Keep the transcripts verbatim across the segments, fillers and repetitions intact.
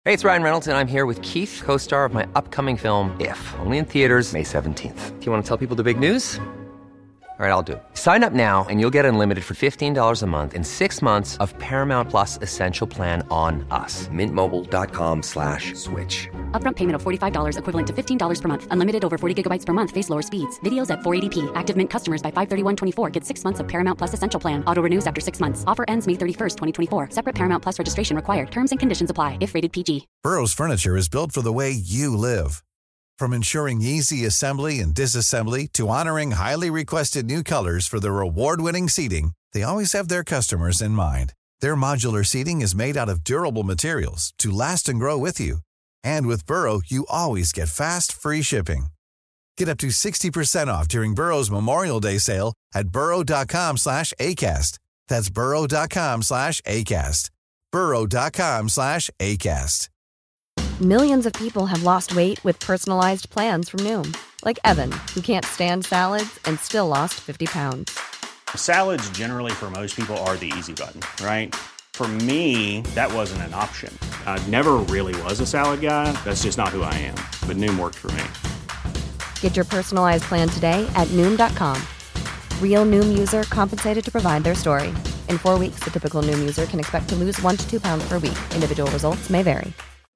Hey, it's Ryan Reynolds, and I'm here with Keith, co-star of my upcoming film, If, only in theaters May seventeenth. Do you want to tell people the big news? All right, I'll do it. Sign up now and you'll get unlimited for fifteen dollars a month and six months of Paramount Plus Essential Plan on us. Mint Mobile dot com slash switch. Upfront payment of forty-five dollars equivalent to fifteen dollars per month. Unlimited over forty gigabytes per month. Face lower speeds. Videos at four eighty p. Active Mint customers by five thirty-one twenty-four get six months of Paramount Plus Essential Plan. Auto renews after six months. Offer ends May thirty-first, twenty twenty-four. Separate Paramount Plus registration required. Terms and conditions apply if rated P G. Burrow's furniture is built for the way you live. From ensuring easy assembly and disassembly to honoring highly requested new colors for their award-winning seating, they always have their customers in mind. Their modular seating is made out of durable materials to last and grow with you. And with Burrow, you always get fast, free shipping. Get up to sixty percent off during Burrow's Memorial Day sale at burrow.com slash ACAST. That's burrow.com slash ACAST. burrow.com slash ACAST. Millions of people have lost weight with personalized plans from Noom. Like Evan, who can't stand salads and still lost fifty pounds. Salads generally for most people are the easy button, right? For me, that wasn't an option. I never really was a salad guy. That's just not who I am. But Noom worked for me. Get your personalized plan today at Noom dot com. Real Noom user compensated to provide their story. In four weeks, the typical Noom user can expect to lose one to two pounds per week. Individual results may vary.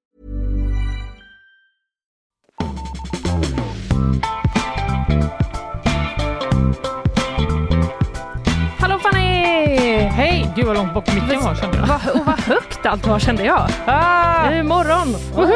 Hej! Gud vad långt bort micken var, kände jag. Va, och vad högt allt var, kände jag. Ah! Nu är morgon.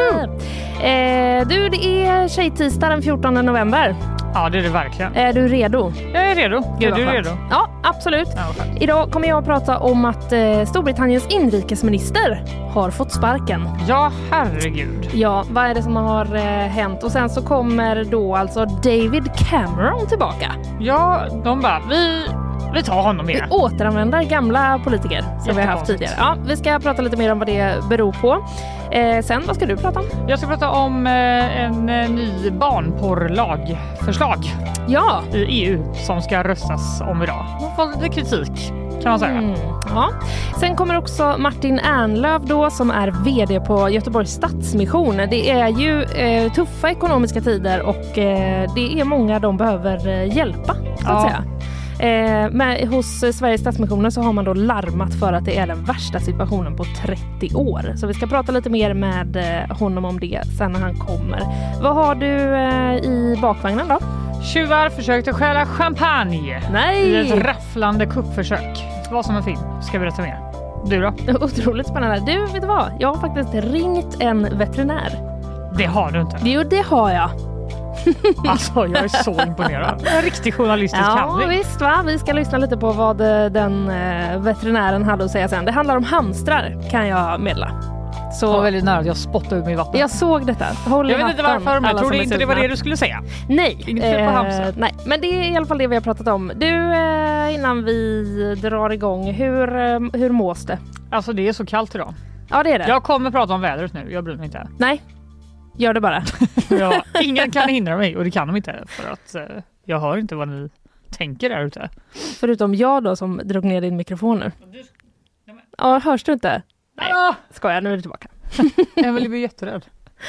Eh, du, det är tjejtisdag den fjortonde november. Ja, det är det verkligen. Är du redo? Jag är redo. Gud, är du redo? Ja, absolut. Ja, idag kommer jag att prata om att eh, Storbritanniens inrikesminister har fått sparken. Ja, herregud. Ja, vad är det som har eh, hänt? Och sen så kommer då alltså David Cameron tillbaka. Ja, de bara, vi... Vi tar honom med. Vi återanvänder gamla politiker som vi har haft tidigare. Ja, vi ska prata lite mer om vad det beror på. Eh, sen, vad ska du prata om? Jag ska prata om eh, en eh, ny barnporrlagförslag ja. i E U som ska röstas om idag. Man får lite kritik, kan man säga. Mm, ja. Sen kommer också Martin Ernlöf då, som är vd på Göteborgs Stadsmission. Det är ju eh, tuffa ekonomiska tider och eh, det är många de behöver eh, hjälpa, så att ja. säga. Eh, men hos Sveriges Stadsmissioner så har man då larmat för att det är den värsta situationen på trettio år. Så vi ska prata lite mer med eh, honom om det sen när han kommer. Vad har du eh, i bakvagnen då? Tjuvar försökte stjäla champagne. Nej! I ett rafflande kuppförsök. Vad som en film. Ska vi berätta mer? Du då? Otroligt spännande. Du, vet du vad? Jag har faktiskt ringt en veterinär. Det har du inte. Jo, det har jag. Alltså, jag är så imponerad. En riktig journalistisk ja, handling. Ja, visst va? Vi ska lyssna lite på vad den eh, veterinären hade att säga sen. Det handlar om hamstrar, kan jag meddela. Så det var väldigt nära att jag spottade ur mig vatten. Jag såg detta. Håll jag vet inte varför, men jag trodde inte det var det du skulle säga. Nej. Inget fel på hamstrar. Nej, men det är i alla fall det vi har pratat om. Du, eh, innan vi drar igång, hur, eh, hur mås det? Alltså, det är så kallt idag. Ja, det är det. Jag kommer prata om vädret nu, jag bryr mig inte. Nej. Gör det bara. Ja, ingen kan hindra mig och det kan de inte för att eh, jag hör inte vad ni tänker där ute. Förutom jag då som drog ner din mikrofon nu. Ja, hörs du inte? Nej, ah! Skojar, nu är du tillbaka. Jag vill bli jätterädd.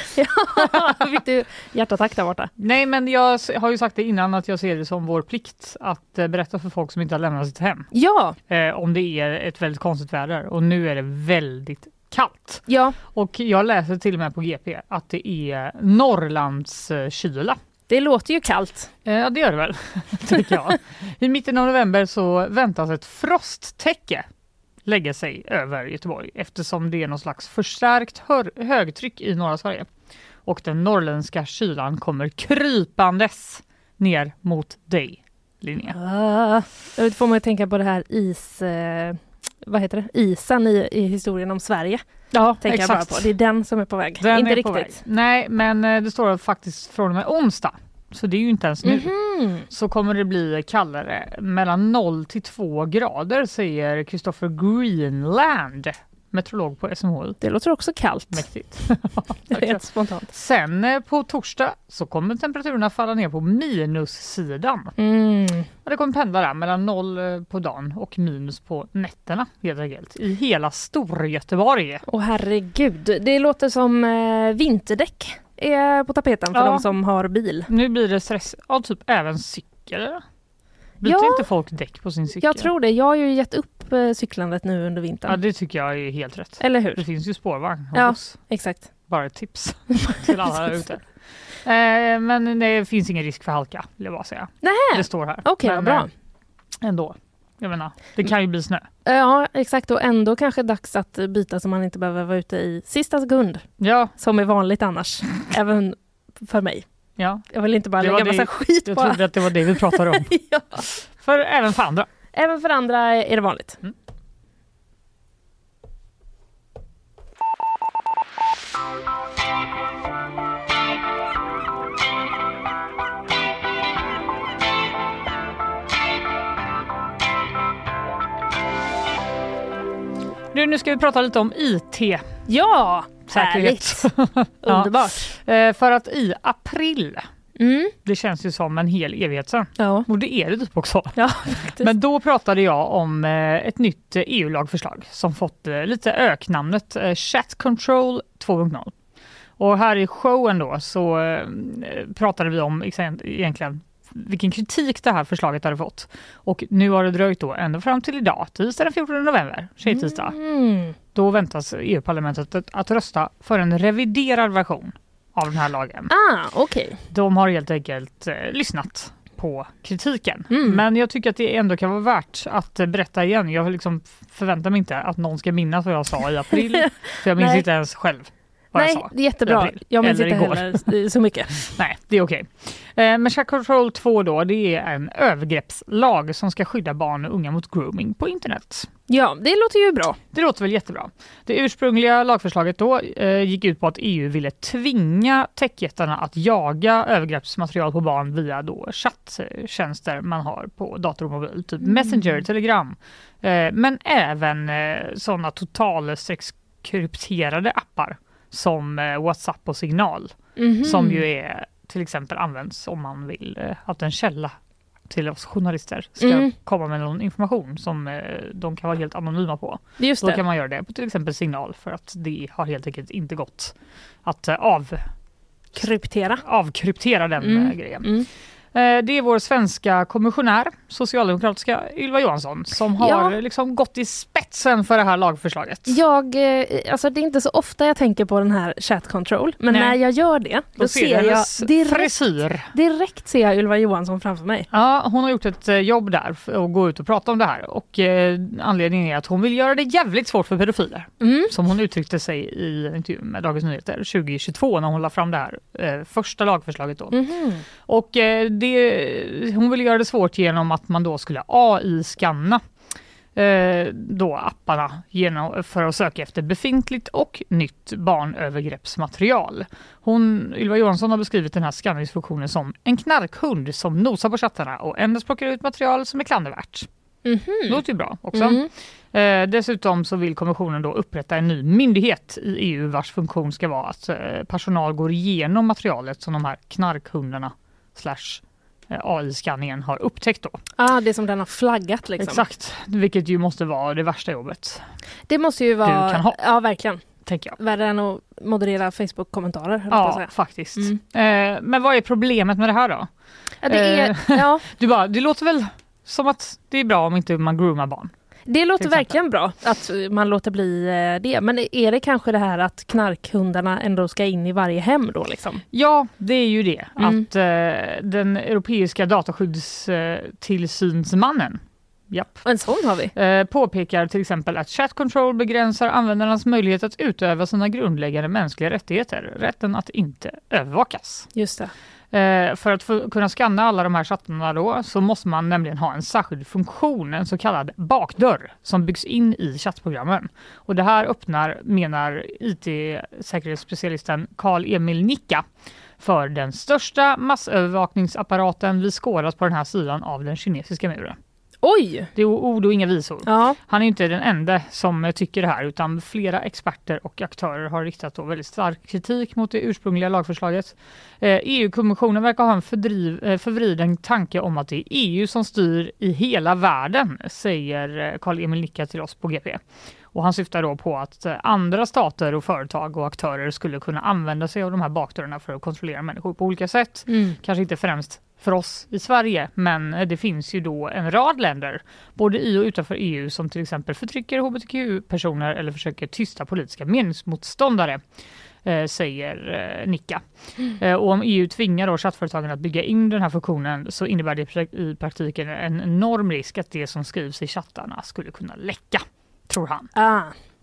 Ja, fick du hjärtattack där borta? Nej, men jag har ju sagt det innan att jag ser det som vår plikt att eh, berätta för folk som inte har lämnat sitt hem. Ja. Eh, om det är ett väldigt konstigt väder och nu är det väldigt kallt. Ja. Och jag läser till och med på G P att det är Norrlands kyla. Det låter ju kallt. Ja, eh, det gör det väl, tycker jag. I mitten av november så väntas ett frosttäcke lägga sig över Göteborg eftersom det är någon slags förstärkt hör- högtryck i norra Sverige. Och den norrländska kylan kommer krypandes ner mot dig, Linnea. Ah, då får man ju tänka på det här is... Eh... vad heter det? Isen i, i historien om Sverige. Ja, tänker exakt. Jag bara på. Det är den som är på väg. Den inte är riktigt. På väg. Nej, men det står faktiskt från och med onsdag. Så det är ju inte ens nu. Mm-hmm. Så kommer det bli kallare. Mellan noll till två grader, säger Christopher Greenland meteorolog på S M H I. Det låter också kallt. Mäktigt. Det är helt spontant. Sen eh, på torsdag så kommer temperaturerna falla ner på minussidan. Mm. Och det kommer pendla där mellan noll på dagen och minus på nätterna helt enkelt. I hela Storgöteborg. Åh herregud, det låter som eh, vinterdäck är på tapeten för Ja. de som har bil. Nu blir det stress. Ja, typ även cykel. Eller? Byter Ja. inte folk däck på sin cykel? Jag tror det. Jag har ju gett upp eh, cyklandet nu under vintern. Ja, det tycker jag är helt rätt. Eller hur? Det finns ju spårvagn hos Ja. oss. Exakt. Bara ett tips till alla där ute. Eh, men det finns ingen risk för halka, vill jag bara säga. Nähä. Det står här. Okej, Men, vad bra. eh, Ändå. Jag menar, det kan ju bli snö. Ja, exakt. Och ändå kanske dags att byta så man inte behöver vara ute i sista sekund. Ja, Som är vanligt annars. Även för mig. ja. Jag vill inte bara Det var lägga det- massa skit Jag på. trodde att det var det vi pratade om. Ja. För även för andra. Även för andra är det vanligt. Mm. Nu, nu ska vi prata lite om I T. Ja, Säkerhet. härligt. Ja. Underbart. Eh, för att i april, Mm. det känns ju som en hel evighet sedan. Ja. Och det är det typ också. Ja, faktiskt. Men då pratade jag om eh, ett nytt eh, E U-lagförslag som fått eh, lite öknamnet eh, Chat Control två punkt noll. Och här i showen då så eh, pratade vi om ex- egentligen vilken kritik det här förslaget hade fått. Och nu har det dröjt då ända fram till idag, tisdag den fjortonde november, tjejtisdag. Mm. Då väntas E U-parlamentet att, att rösta för en reviderad version av den här lagen. Ah, okej. De har helt enkelt eh, lyssnat på kritiken. Mm. Men jag tycker att det ändå kan vara värt att eh, berätta igen. Jag liksom förväntar mig inte att någon ska minnas vad jag sa i april. För jag minns Nej. inte ens själv vad Nej, jag sa. det är jättebra. April. Jag minns Eller inte igår. heller så mycket. Nej, det är okej. Eh, men Chat Control två då, det är en övergreppslag som ska skydda barn och unga mot grooming på internet. Ja, det låter ju bra. Det låter väl jättebra. Det ursprungliga lagförslaget då eh, gick ut på att E U ville tvinga techjättarna att jaga övergreppsmaterial på barn via då chatttjänster man har på dator och mobil, typ Messenger, Telegram. Eh, men även eh, sådana totalstreckskrypterade appar som eh, WhatsApp och Signal. Mhm. Som ju är till exempel används om man vill eh, att en källa till oss journalister ska Mm. komma med någon information som eh, de kan vara helt anonyma på. Just Då det. kan man göra det på till exempel Signal för att det har helt enkelt inte gått att eh, av, Kryptera. avkryptera den Mm. eh, grejen. Mm. Eh, det är vår svenska kommissionär, socialdemokratiska Ylva Johansson, som har Ja. eh, liksom gått i spetsen för det här lagförslaget. Jag, eh, alltså det är inte så ofta jag tänker på den här chat control, men Nej. när jag gör det, då, Då ser jag hennes direkt, frisyr. direkt ser jag Ylva Johansson framför mig. Ja, hon har gjort ett eh, jobb där för att gå ut och prata om det här. Och eh, anledningen är att hon vill göra det jävligt svårt för pedofiler. Mm. Som hon uttryckte sig i en intervju med Dagens Nyheter tjugohundratjugotvå när hon la fram det här eh, första lagförslaget då. Mhm. Och eh, det, hon ville göra det svårt genom att man då skulle A I-skanna eh, då apparna genom, för att söka efter befintligt och nytt barnövergreppsmaterial. Hon, Ylva Johansson har beskrivit den här skanningsfunktionen som en knarkhund som nosar på chattarna och endast plockar ut material som är klandervärt. Mhm. Det låter ju bra också. Mm. Eh, dessutom så vill kommissionen då upprätta en ny myndighet i E U vars funktion ska vara att eh, personal går igenom materialet som de här knarkhundarna slash eh, A I-skanningen har upptäckt då. Ah, det är som den har flaggat liksom. Exakt, vilket ju måste vara det värsta jobbet, Det måste ju vara... Du kan ha. Ja, verkligen. tänker jag. Värre än att moderera Facebook-kommentarer, höll jag på att Ja, säga. faktiskt. Mm. Eh, men vad är problemet med det här då? Ja, det, är, Eh. ja, Du bara, det låter väl som att det är bra om inte man groomar barn. det låter exempel. verkligen bra att man låter bli eh, det. Men är det kanske det här att knarkhundarna ändå ska in i varje hem då liksom? Ja, det är ju det. Mm. Att eh, den europeiska dataskyddstillsynsmannen japp, Och en sån har vi. eh, påpekar till exempel att chat control begränsar användarnas möjlighet att utöva sina grundläggande mänskliga rättigheter. Rätten att inte övervakas. Just det. Eh, för att få, kunna skanna alla de här chattarna då så måste man nämligen ha en särskild funktion, en så kallad bakdörr som byggs in i chattprogrammen. Och det här öppnar, menar I T-säkerhetsspecialisten Carl-Emil Nicka, för den största massövervakningsapparaten vi skådat på den här sidan av den kinesiska muren. Oj! Det är ord och inga visor. Ja. Han är inte den enda som tycker det här, utan flera experter och aktörer har riktat då väldigt stark kritik mot det ursprungliga lagförslaget. Eh, E U-kommissionen verkar ha en fördriv, eh, förvriden tanke om att det är E U som styr i hela världen, säger Carl-Emil Nicka till oss på G P. Och han syftar då på att andra stater och företag och aktörer skulle kunna använda sig av de här bakdörrarna för att kontrollera människor på olika sätt. Mm. Kanske inte främst för oss i Sverige, men det finns ju då en rad länder, både i och utanför E U, som till exempel förtrycker H B T Q-personer eller försöker tysta politiska meningsmotståndare, eh, säger eh, Nicka. Mm. Eh, och om E U tvingar då chattföretagen att bygga in den här funktionen, så innebär det i praktiken en enorm risk att det som skrivs i chattarna skulle kunna läcka, tror han. Ah.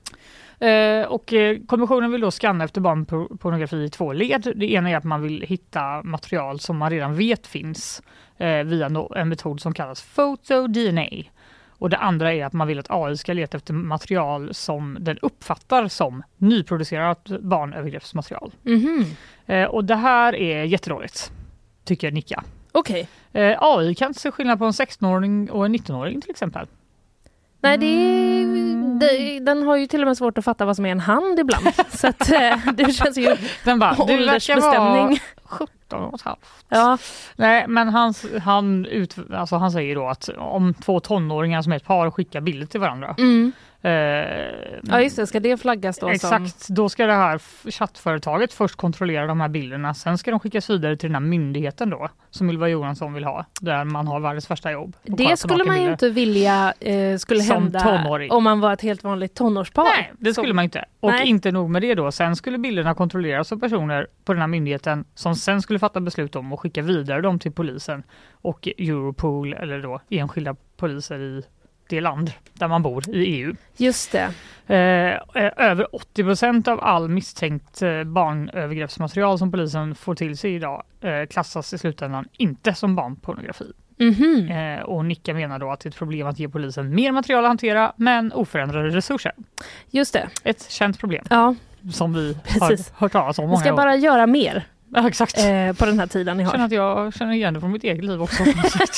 Eh, och eh, kommissionen vill då skanna efter barnpornografi i två led. Det ena är att man vill hitta material som man redan vet finns eh, via no- en metod som kallas Photo-D N A. Och det andra är att man vill att A I ska leta efter material som den uppfattar som nyproducerat barnövergreppsmaterial. Mm-hmm. Eh, och det här är jättedåligt, tycker Nicka. Okej. Okay. Eh, A I kan inte se skillnad på en sexton-åring och en nitton-åring till exempel. Nej, det, är, det, den har ju till och med svårt att fatta vad som är en hand ibland. Så att, det känns ju den bara, åldersbestämning. sjutton och ett halvt. Ja. Nej, men han, han, ut, alltså han säger då att om två tonåringar som är ett par skickar bilder till varandra. Mm. Eh, ja, just det. Ska det flaggas då? Exakt. Som... Då ska det här chattföretaget först kontrollera de här bilderna. Sen ska de skickas vidare till den här myndigheten då, som Ylva Johansson vill ha. Där man har världens första jobb. Det skulle man ju inte vilja eh, skulle som hända tonåring. Om man var ett helt vanligt tonårspar. Nej, det skulle som... man inte. Och Nej. inte nog med det då. Sen skulle bilderna kontrolleras av personer på den här myndigheten som sen skulle fatta beslut om och skicka vidare dem till polisen och Europol eller då enskilda poliser i det land där man bor i E U. Just det. Eh, över åttio procent av all misstänkt eh, barnövergreppsmaterial som polisen får till sig idag eh, klassas i slutändan inte som barnpornografi. Mm-hmm. Eh, och Nicka menar då att det är ett problem att ge polisen mer material att hantera men oförändrade resurser. Just det. Ett känt problem. Ja. Som vi Precis. har hört talas om många Vi ska år. bara göra mer. Ja, exakt. Eh, på den här tiden ni har. Jag känner att jag känner igen det från mitt eget liv också.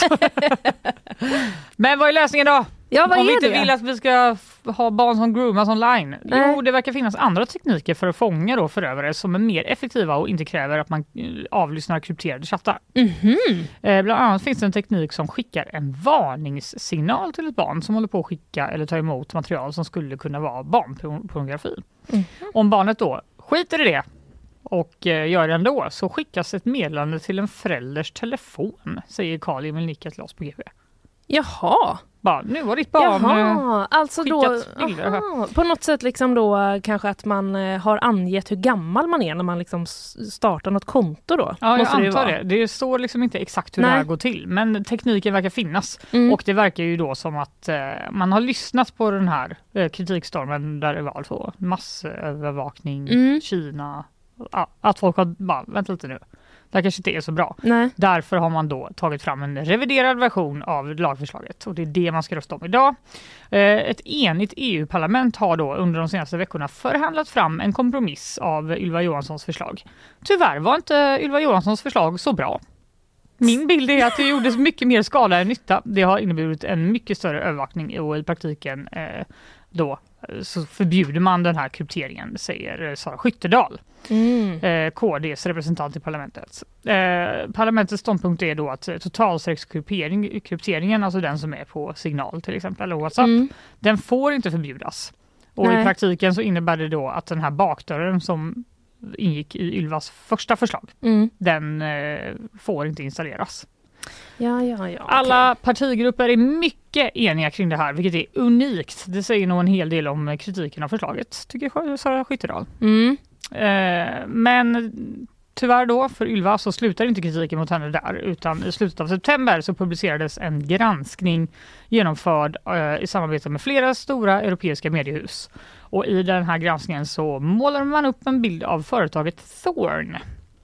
Men vad är lösningen då? Ja, vad Om vi är inte det? vill att vi ska f- ha barn som groomas online. Nej. Jo, det verkar finnas andra tekniker för att fånga då förövare som är mer effektiva och inte kräver att man eh, avlyssnar krypterade chattar. Mm-hmm. Eh, bland annat finns det en teknik som skickar en varningssignal till ett barn som håller på att skicka eller ta emot material som skulle kunna vara barnpornografi. Mm-hmm. Om barnet då skiter i det och eh, gör det ändå, så skickas ett meddelande till en förälders telefon, säger Carl-Emil Nicka till oss på G P. Jaha. Bara, nu var ditt barn Jaha, alltså då, bilder. aha, på något sätt liksom då kanske att man eh, har angett hur gammal man är när man liksom startar något konto då. Ja, Måste jag det antar vara. det. Det står liksom inte exakt hur Nej. det här går till, men tekniken verkar finnas. Mm. Och det verkar ju då som att eh, man har lyssnat på den här eh, kritikstormen där det var alltså massövervakning, Mm. Kina, ja, att folk har bara, vänta lite nu. Det här kanske inte är så bra. Nej. Därför har man då tagit fram en reviderad version av lagförslaget och det är det man ska rösta om idag. Eh, ett enigt E U-parlament har då under de senaste veckorna förhandlat fram en kompromiss av Ylva Johanssons förslag. Tyvärr var inte Ylva Johanssons förslag så bra. Min bild är att det gjordes mycket mer skada än nytta. Det har inneburit en mycket större övervakning och i praktiken eh, då så förbjuder man den här krypteringen, säger Sara Skyttedal, mm. eh, K D:s representant i parlamentet. Eh, parlamentets ståndpunkt är då att totalsexkrypteringen, alltså den som är på Signal till exempel eller WhatsApp, mm. den får inte förbjudas. Och Nej. i praktiken så innebär det då att den här bakdörren som ingick i Ylvas första förslag, mm. den eh, får inte installeras. Ja, ja, ja, Alla okay. partigrupper är mycket eniga kring det här, vilket är unikt. Det säger nog en hel del om kritiken av förslaget, tycker Sara Skyttedal. Mm. Eh, men tyvärr då för Ylva så slutar inte kritiken mot henne där, utan i slutet av september så publicerades en granskning genomförd eh, i samarbete med flera stora europeiska mediehus. Och i den här granskningen så målar man upp en bild av företaget Thorn.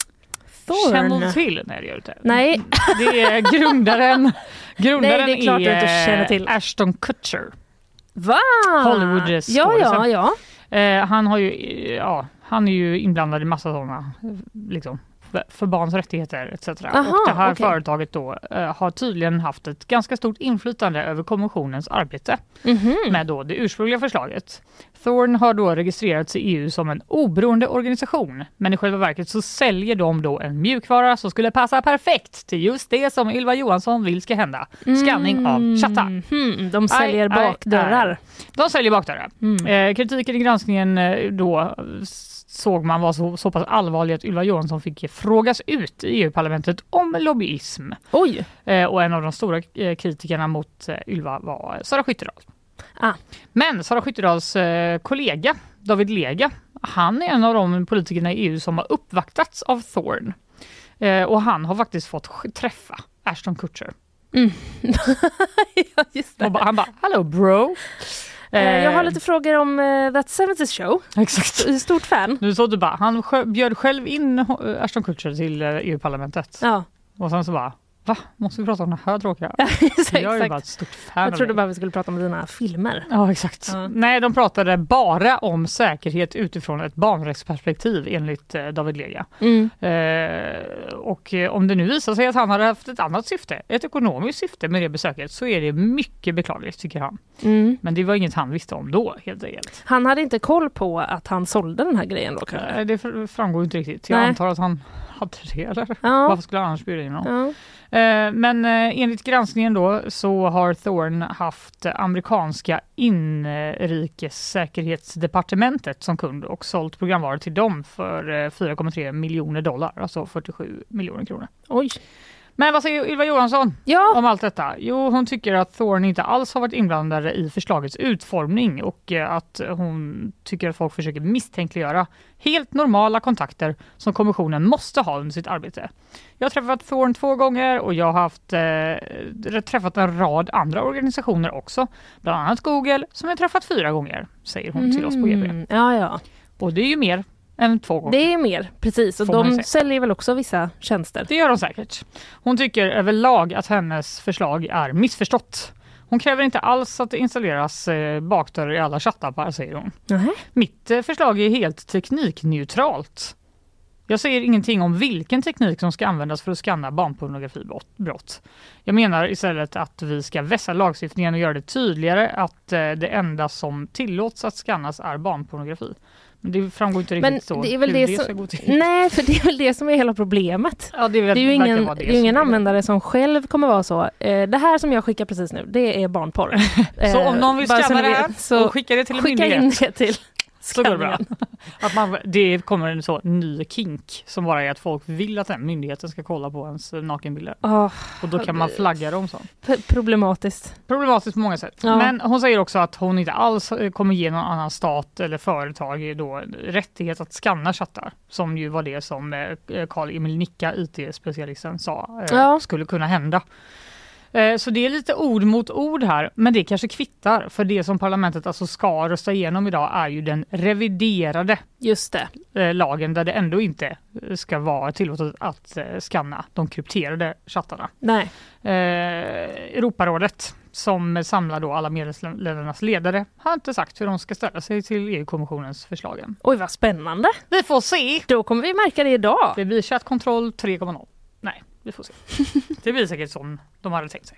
Känner du till? Nej, det gör inte. Nej. Det är grundaren. Grundaren Nej, det är klart är, att du känner till. Ashton Kutcher. Va? Hollywood ja, ja, ja. Eh, han har ju, ja, han är ju inblandad i massa sådana liksom, för barns rättigheter et cetera. Aha, och det här okay. företaget då eh, har tydligen haft ett ganska stort inflytande över kommissionens arbete Mm-hmm. med då det ursprungliga förslaget. Thorn har då registrerats i E U som en oberoende organisation, men i själva verket så säljer de då en mjukvara som skulle passa perfekt till just det som Ylva Johansson vill ska hända. Scanning av chattar. Mm, de säljer Aj, aj, bakdörrar. aj. De säljer bakdörrar. Mm. Eh, kritiken i granskningen eh, då såg man var så, så pass allvarlig att Ylva Johansson fick frågas ut i E U-parlamentet om lobbyism. Oj! Eh, och en av de stora eh, kritikerna mot eh, Ylva var Sara Skyttedal. Ah. Men Sara Skyttedals eh, kollega David Lega, han är en av de politikerna i E U som har uppvaktats av Thorn. Eh, och han har faktiskt fått sk- träffa Ashton Kutcher. Mm. Ja, just det. Och ba- han bara, hello bro. Eh, jag har lite frågor om uh, That seventies Show. Exakt. Stort fan. Nu så du bara, han sj- bjöd själv in eh, Ashton Kutcher till eh, E U-parlamentet. Ja. Och sen så bara, va? Måste vi prata om det här tråkiga? exakt. Jag är ju bara ett stort fan. Jag trodde av bara vi skulle prata om dina filmer. Ja, exakt. Ja. Nej, de pratade bara om säkerhet utifrån ett barnrättsperspektiv enligt eh, David Lega. Mm. Eh, och eh, om det nu visar sig att han hade haft ett annat syfte, ett ekonomiskt syfte med det besöket, så är det mycket beklagligt tycker han. Mm. Men det var inget han visste om då, helt enkelt. Han hade inte koll på att han sålde den här grejen då kanske? Eh, det fr- framgår inte riktigt. Jag Nej. antar att han hade det, eller? Ja. Varför skulle han annars bjuda in honom? Ja. Eh, Men eh, enligt granskningen då så har Thorn haft amerikanska inrikessäkerhetsdepartementet som kund och sålt programvaror till dem för eh, fyra komma tre miljoner dollar, alltså fyrtiosju miljoner kronor. Oj. Men vad säger Ylva Johansson Ja. om allt detta? Jo, hon tycker att Thorn inte alls har varit inblandade i förslagets utformning och eh, att hon tycker att folk försöker misstänkliggöra helt normala kontakter som kommissionen måste ha under sitt arbete. Jag har träffat Thorn två gånger och jag har haft, eh, träffat en rad andra organisationer också. Bland annat Google som jag träffat fyra gånger, säger hon till oss på G B. Mm. Ja, ja. Och det är ju mer än två gånger. Det är mer, precis. Och Får man de säga. säljer väl också vissa tjänster. Det gör de säkert. Hon tycker överlag att hennes förslag är missförstått. Hon kräver inte alls att det installeras eh, bakdörrar i alla chattappar, säger hon. Nej. Mitt eh, förslag är helt teknikneutralt. Jag säger ingenting om vilken teknik som ska användas för att skanna barnpornografibrott. Jag menar istället att vi ska vässa lagstiftningen och göra det tydligare att eh, det enda som tillåts att skannas är barnpornografi. Men det framgår inte riktigt Men så det är väl hur det, det som, ska gå till. Nej, för det är väl det som är hela problemet. Ja, det, är väl, Det är ju verkar ingen, vara det det är ju ingen som är användare som själv kommer vara så. Eh, det här som jag skickar precis nu, det är barnporr. Så om någon vill bara så skanna ni det här vet, så och skicka det till en skicka myndighet. in det till Så går det bra. skanningen. Att man, det kommer en så ny kink som bara är att folk vill att den myndigheten ska kolla på ens nakenbilder. Oh, Och då kan man flagga dem så. p- problematiskt. Problematiskt på många sätt. Ja. Men hon säger också att hon inte alls kommer ge någon annan stat eller företag då rättighet att skanna chattar. Som ju var det som eh, Carl Emil Nicka, I T-specialisten, sa eh, Ja. skulle kunna hända. Eh, Så det är lite ord mot ord här, men det kanske kvittar, för det som parlamentet alltså ska rösta igenom idag är ju den reviderade Just det. eh, lagen där det ändå inte eh, ska vara tillåtet att eh, skanna de krypterade chattarna. Nej. Eh, Europarådet, som samlar då alla medlemsländernas ledare, har inte sagt hur de ska ställa sig till E U-kommissionens förslag än. Oj, vad spännande. Vi får se! Då kommer vi märka det idag. Det blir chattkontroll tre komma noll. Nej, vi får se. Det blir säkert som de hade tänkt sig.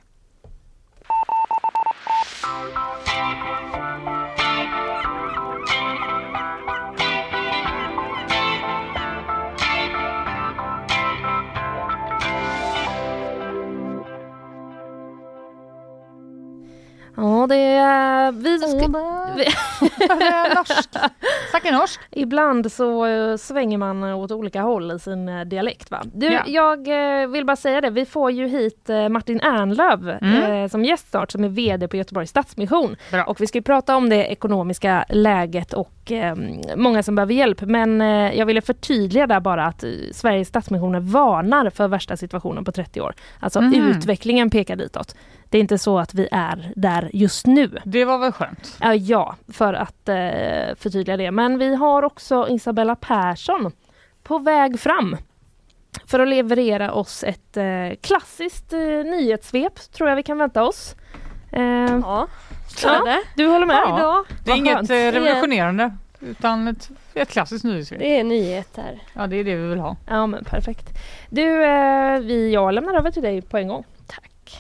Ja, det är... Vi ska, vi, Norsk. Snackar norsk. ibland så eh, svänger man åt olika håll i sin eh, dialekt, va? Du, Ja. jag eh, vill bara säga det. Vi får ju hit eh, Martin Ernlöv Mm. eh, som gäst snart, som är vd på Göteborgs Stadsmission. Bra. Och vi ska ju prata om det ekonomiska läget och eh, många som behöver hjälp. Men eh, jag ville förtydliga där bara att eh, Sveriges Stadsmissioner varnar för värsta situationen på trettio år. Alltså Mhm. utvecklingen pekar ditåt. Det är inte så att vi är där just nu. Det var väl skönt. Ja, ja, för att eh, förtydliga det. Men vi har också Isabella Persson på väg fram för att leverera oss ett eh, klassiskt eh, nyhetssvep, tror jag vi kan vänta oss. Eh, Ja, ja, du håller med? Ja. Det är Vad inget skönt. eh, revolutionerande. utan ett, ett klassiskt nyhetssvep. Det är nyheter. Ja, det är det vi vill ha. Ja, men perfekt. Du, eh, vi, jag lämnar över till dig på en gång. Tack.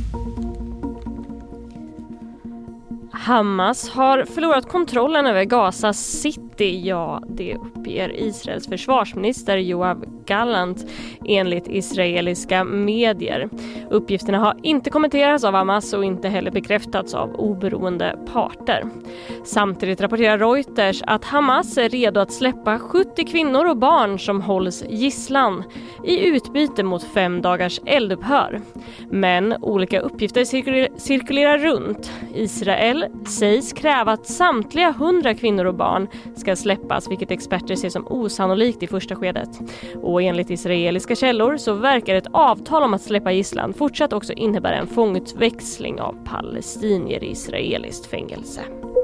Hamas har förlorat kontrollen över Gaza City. Ja, det uppger Israels försvarsminister Yoav Gallant enligt israeliska medier. Uppgifterna har inte kommenterats av Hamas och inte heller bekräftats av oberoende parter. Samtidigt rapporterar Reuters att Hamas är redo att släppa sjuttio kvinnor och barn som hålls gisslan i utbyte mot fem dagars eldupphör. Men olika uppgifter cirkulerar, cirkulerar runt. Israel sägs kräva att samtliga hundra kvinnor och barn ska släppas, vilket experter ser som osannolikt i första skedet. Och enligt israeliska källor så verkar ett avtal om att släppa gisslan fortsatt också innebära en fångutväxling av palestinier i israeliskt fängelse.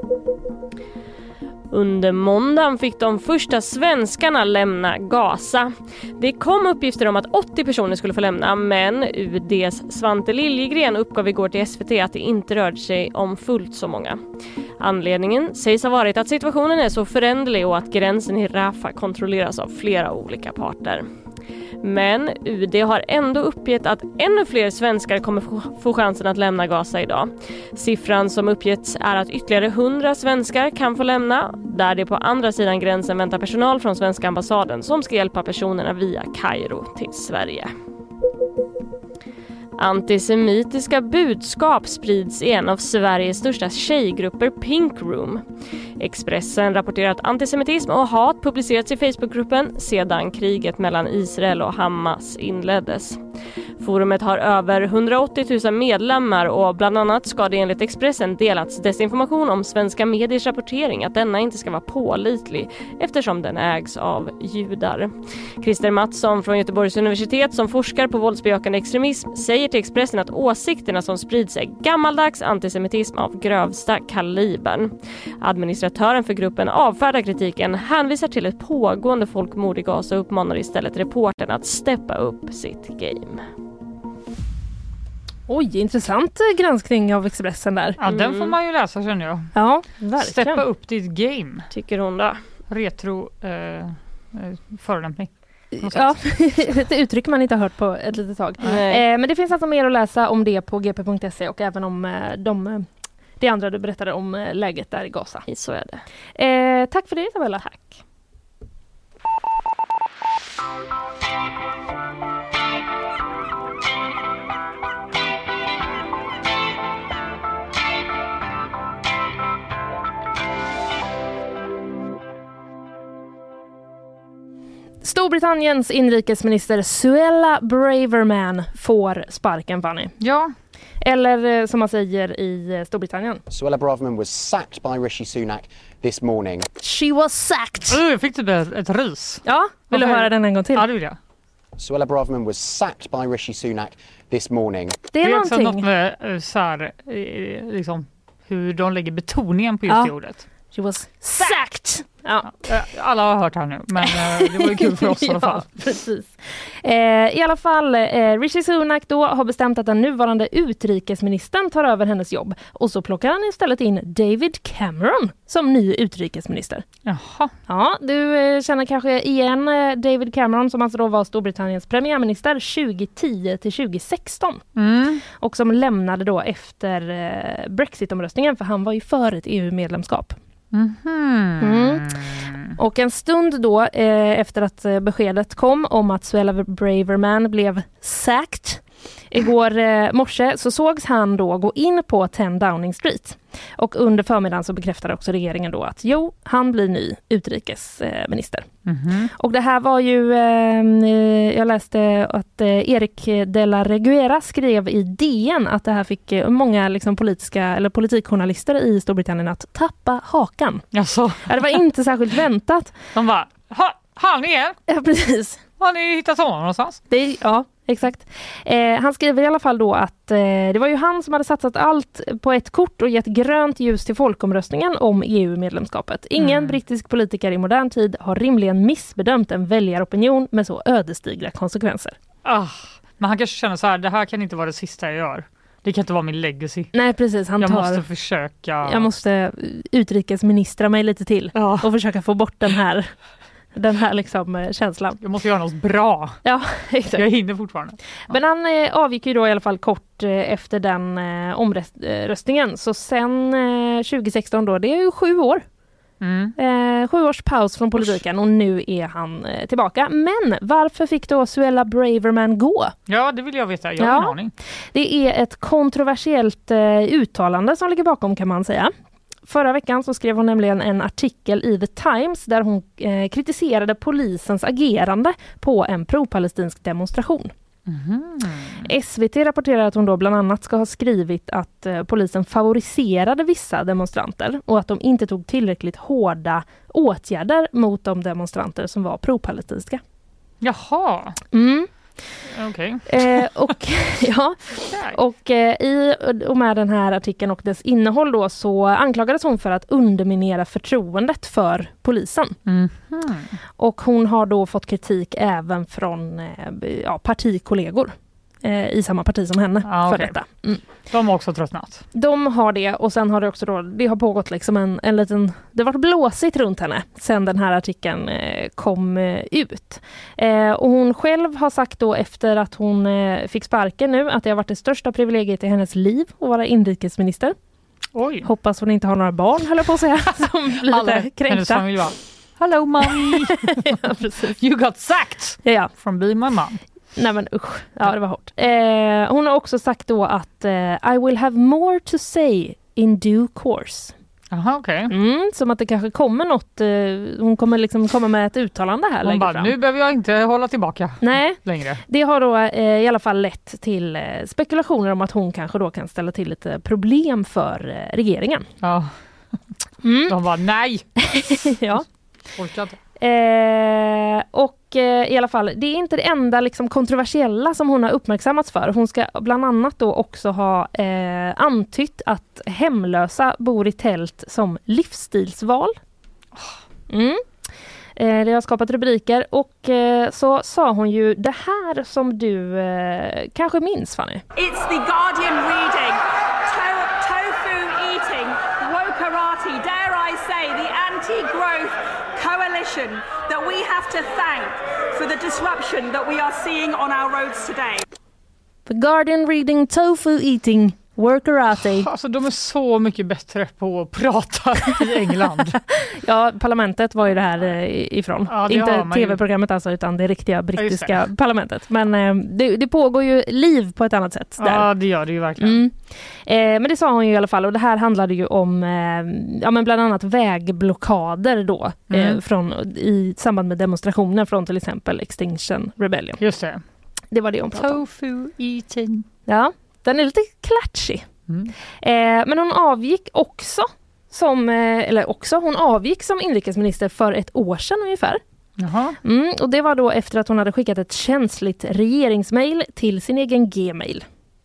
Under måndagen fick de första svenskarna lämna Gaza. Det kom uppgifter om att åttio personer skulle få lämna, men U D:s Svante Liljegren uppgav igår till S V T att det inte rörde sig om fullt så många. Anledningen sägs ha varit att situationen är så föränderlig och att gränsen i Rafah kontrolleras av flera olika parter. Men U D har ändå uppgett att ännu fler svenskar kommer få chansen att lämna Gaza idag. Siffran som uppgetts är att ytterligare hundra svenskar kan få lämna, där det på andra sidan gränsen väntar personal från svenska ambassaden som ska hjälpa personerna via Kairo till Sverige. Antisemitiska budskap sprids i en av Sveriges största tjejgrupper, Pink Room. Expressen rapporterar att antisemitism och hat publicerats i Facebookgruppen sedan kriget mellan Israel och Hamas inleddes. Forumet har över hundraåttio tusen medlemmar och bland annat ska det enligt Expressen delats desinformation om svenska mediers rapportering att denna inte ska vara pålitlig eftersom den ägs av judar. Christer Mattsson från Göteborgs universitet som forskar på våldsbejakande extremism säger till Expressen att åsikterna som sprids är gammaldags antisemitism av grövsta kalibern. Administratören för gruppen avfärdar kritiken, hänvisar till ett pågående folkmord i Gaza och uppmanar istället reportern att steppa upp sitt game. Oj, intressant granskning av Expressen där. Ja, mm. Den får man ju läsa, känner jag. Ja, verkligen. Steppa upp ditt game. Tycker hon då? Retro eh, förolämpning. Ja, ett uttryck man inte har hört på ett litet tag. Eh, men det finns alltså mer att läsa om det på g p punkt se och även om eh, de, det andra du berättade om eh, läget där i Gaza. Så är det. Eh, tack för det, Isabella. Tack. Storbritannien inrikesminister Suella Braverman får sparken, Fanny. Ja. Eller som man säger i Storbritannien. Suella Braverman was sacked by Rishi Sunak this morning. She was sacked. Uh, jag fick typ ett, ett rys. Ja, vill Varför? Du höra den en gång till? Ja, det vill jag. Suella Braverman was sacked by Rishi Sunak this morning. Det är, det är någonting. också något med så här, liksom, hur de lägger betoningen på just ja. det ordet. She was sacked. Ja. Ja, alla har hört här nu, men det var ju kul för oss i alla fall. Ja, precis. Eh, I alla fall, eh, Rishi Sunak då har bestämt att den nuvarande utrikesministern tar över hennes jobb. Och så plockar han istället in David Cameron som ny utrikesminister. Jaha. Ja, du eh, känner kanske igen eh, David Cameron som alltså då var Storbritanniens premiärminister tjugohundratio till tjugohundrasexton. Mm. Och som lämnade då efter eh, Brexit-omröstningen, för han var ju för ett E U-medlemskap. Mm-hmm. Mm. Och en stund då eh, efter att eh, beskedet kom om att Suella Braverman blev sacked igår eh, morse, så sågs han då gå in på tio Downing Street. Och under förmiddagen så bekräftade också regeringen då att jo, han blir ny utrikesminister. Mm-hmm. Och det här var ju, eh, jag läste att eh, Erik de la Reguera skrev i D N att det här fick eh, många liksom, politiska eller politikjournalister i Storbritannien att tappa hakan. Jaså? Ja, det var inte särskilt väntat. De bara, ha, han är Ja, precis. Har ni hittat honom någonstans? Det, ja, exakt. Eh, han skriver i alla fall då att eh, det var ju han som hade satsat allt på ett kort och gett grönt ljus till folkomröstningen om E U-medlemskapet. Ingen mm. brittisk politiker i modern tid har rimligen missbedömt en väljaropinion med så ödesdigra konsekvenser. Ah, men han kanske känner så här, det här kan inte vara det sista jag gör. Det kan inte vara min legacy. Nej, precis. Han jag tar, måste försöka... Jag måste utrikesministra mig lite till ja. och försöka få bort den här, den här liksom, känslan. Jag måste göra något bra. Ja, exakt. Jag hinner fortfarande. Ja. Men han eh, avgick ju då i alla fall kort eh, efter den eh, omröstningen. Så sen eh, tjugo sexton då, det är ju sju år. Mm. Eh, sju års paus från politiken och nu är han eh, tillbaka. Men varför fick då Suella Braverman gå? Ja, det vill jag veta. Jag har ja. ingen aning. Det är ett kontroversiellt eh, uttalande som ligger bakom, kan man säga. Förra veckan så skrev hon nämligen en artikel i The Times där hon eh, kritiserade polisens agerande på en pro-palestinsk demonstration. Mm. S V T rapporterar att hon då bland annat ska ha skrivit att eh, polisen favoriserade vissa demonstranter och att de inte tog tillräckligt hårda åtgärder mot de demonstranter som var pro-palestinska. Jaha. Mm. Okej. Eh, och ja, och eh, i och med den här artikeln och dess innehåll då så anklagades hon för att underminera förtroendet för polisen. Mm. Och hon har då fått kritik även från eh, ja, partikollegor eh, i samma parti som henne ah, för okay. detta. Mm. De har också tröttnat. De har det, och sen har det också då, det har pågått liksom en, en liten, det har varit blåsigt runt henne sen den här artikeln eh, kom eh, ut. Eh, och hon själv har sagt då efter att hon eh, fick sparken nu att det har varit det största privilegiet i hennes liv att vara inrikesminister. Oj. Hoppas hon inte har några barn, höll jag på att säga, som blir Alla, lite kränkta. Hennes familj var, hello mommy, ja, precis. You got sacked ja. from being my mom. Nej men usch, ja det var hårt. Eh, hon har också sagt då att eh, I will have more to say in due course. Aha, okej. Okay. Mm, som att det kanske kommer något, eh, hon kommer liksom komma med ett uttalande här. Hon bara, fram. Nu behöver jag inte hålla tillbaka Nej, längre. Det har då eh, i alla fall lett till eh, spekulationer om att hon kanske då kan ställa till lite problem för eh, regeringen. Ja, mm. De var nej. Ja. Orkat. Eh, och eh, i alla fall, det är inte det enda liksom kontroversiella som hon har uppmärksammats för. Hon ska bland annat då också ha eh, antytt att hemlösa bor i tält som livsstilsval. Mm. Eh, det har skapat rubriker och eh, så sa hon ju det här som du eh, kanske minns, Fanny. It's the Guardian reading. To- tofu eating, wokarati, dare I say, the anti-growth coalition that we have to thank for the disruption that we are seeing on our roads today. The Guardian reading tofu eating, workarati. Alltså de är så mycket bättre på att prata i England. Ja, parlamentet var ju det här ifrån. Ja, det inte tv-programmet alltså, utan det riktiga brittiska ja, det. parlamentet. Men eh, det, det pågår ju liv på ett annat sätt där. Ja, det gör det ju verkligen. Mm. Eh, men det sa hon ju i alla fall, och det här handlade ju om eh, ja, men bland annat vägblockader då mm. eh, från, i samband med demonstrationer från till exempel Extinction Rebellion. Just det. Det var det hon pratade om. Tofu eating. Ja, den är lite klatschig. Mm. Eh, men hon avgick också som, eh, eller också, hon avgick som inrikesminister för ett år sedan ungefär. Jaha. Mm, och det var då efter att hon hade skickat ett känsligt regeringsmail till sin egen Gmail.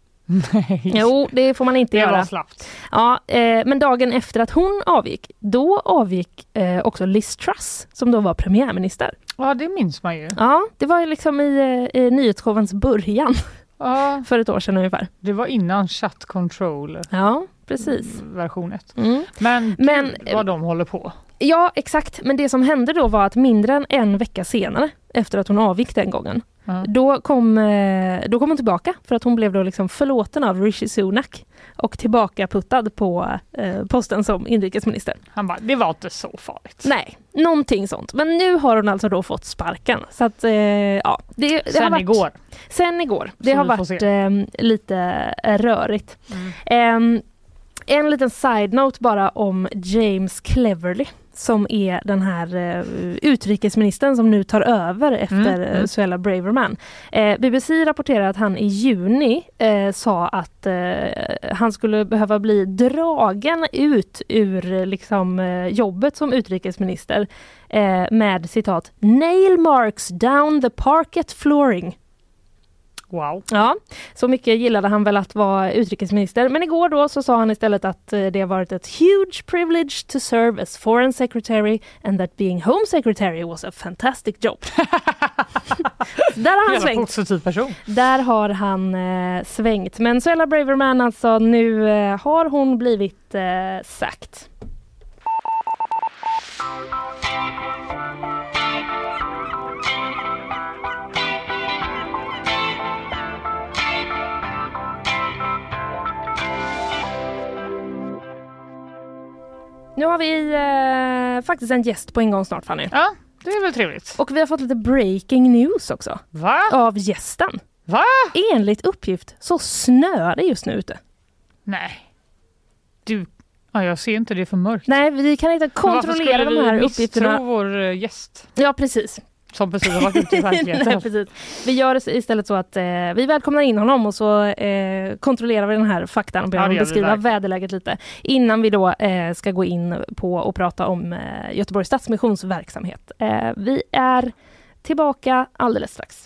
Nej. Jo, det får man inte det göra. Var slappt. Ja, eh, men dagen efter att hon avgick, då avgick eh, också Liz Truss som då var premiärminister. Ja, det minns man ju. Ja, det var ju liksom i, i nyhetsshowens början. Ja. För ett år sedan ungefär. Det var innan Chat Control. Ja, precis. Version ett. Mm. Men, men vad de håller på. Ja, exakt. Men det som hände då var att mindre än en vecka senare, efter att hon avgick den gången, mm. då, kom, då kom hon tillbaka för att hon blev då liksom förlåten av Rishi Sunak och tillbaka puttad på eh, posten som inrikesminister. Han bara, det var inte så farligt. Nej, någonting sånt. Men nu har hon alltså då fått sparken. Så att, eh, ja. Det, det sen har varit, igår. Sen igår. Det så har varit eh, lite eh, rörigt. Mm. Eh, en liten side-note bara om James Cleverly, som är den här uh, utrikesministern som nu tar över efter mm, mm. Suella Braverman. Eh, B B C rapporterar att han i juni eh, sa att eh, han skulle behöva bli dragen ut ur liksom, eh, jobbet som utrikesminister eh, med citat nail marks down the parquet flooring. Wow. Ja, så mycket gillade han väl att vara utrikesminister. Men igår då så sa han istället att det har varit ett huge privilege to serve as foreign secretary and that being home secretary was a fantastic job. Där har han Jävla svängt. positiv person. Där har han eh, svängt. Men Suella Braverman alltså, nu eh, har hon blivit eh, sagt. Nu har vi eh, faktiskt en gäst på en gång snart, Fanny. Ja, det är väl trevligt. Och vi har fått lite breaking news också. Va? Av gästen. Va? Enligt uppgift så snöar det just nu ute. Nej. Du, ja, jag ser inte det för mörkt. Nej, vi kan inte kontrollera de här uppgifterna. Varför skulle vi misstro vår gäst? Ja, precis. Som precis har varit ute i verkligheten. Nej, precis. Vi gör det istället så att eh, vi välkomnar in honom och så eh, kontrollerar vi den här faktan och ber honom Ja, beskriva väderläget lite. Innan vi då eh, ska gå in på och prata om eh, Göteborgs Stadsmissions verksamhet. Eh, vi är tillbaka alldeles strax.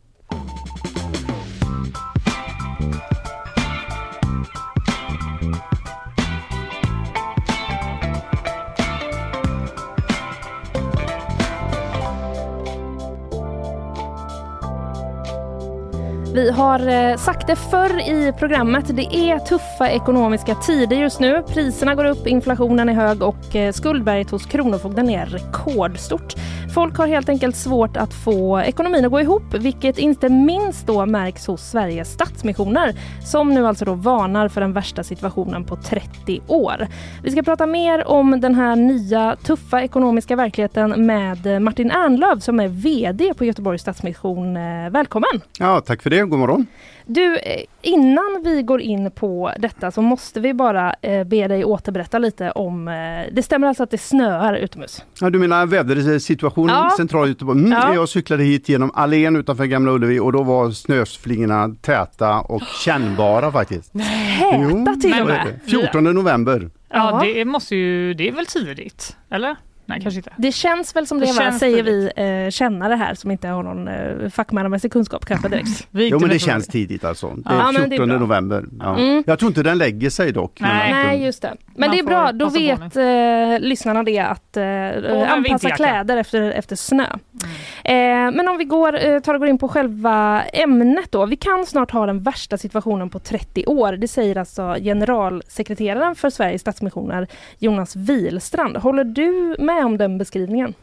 Vi har eh, sagt det förr i programmet, det är tuffa ekonomiska tider just nu. Priserna går upp, inflationen är hög och eh, skuldberget hos Kronofogden är rekordstort. Folk har helt enkelt svårt att få ekonomin att gå ihop, vilket inte minst då märks hos Sveriges Stadsmissioner, som nu alltså då varnar för den värsta situationen på trettio år. Vi ska prata mer om den här nya tuffa ekonomiska verkligheten med Martin Ernlöv som är vd på Göteborgs Stadsmission. Välkommen! Ja, tack för det. God morgon. Du, innan vi går in på detta så måste vi bara eh, be dig återberätta lite om, eh, det stämmer alltså att det snöar utomhus? Ja, du menar vädersituationen ja. i centrala Göteborg? Mm, ja. Jag cyklade hit genom Allén utanför Gamla Ullevi och då var snöflingorna täta och kännbara faktiskt. Täta till och med? fjortonde november. Ja, det måste ju, det är väl tidigt, eller? Nej, kanske inte. Det känns väl som det, det var, säger tidigt. vi eh, kännare här som inte har någon eh, fackmannamässig kunskap kanske direkt. Jo, men det känns det. tidigt alltså. Det är ja, fjortonde november. Ja. Mm. Jag tror inte den lägger sig dock. Nej, Nej just det. Men Man det är bra, då vet eh, lyssnarna det att eh, anpassa kläder efter, efter snö. Mm. Eh, men om vi går, eh, tar och går in på själva ämnet då. Vi kan snart ha den värsta situationen på trettio år. Det säger alltså generalsekreteraren för Sveriges Stadsmissioner, Jonas Wilstrand. Håller du med om den beskrivningen?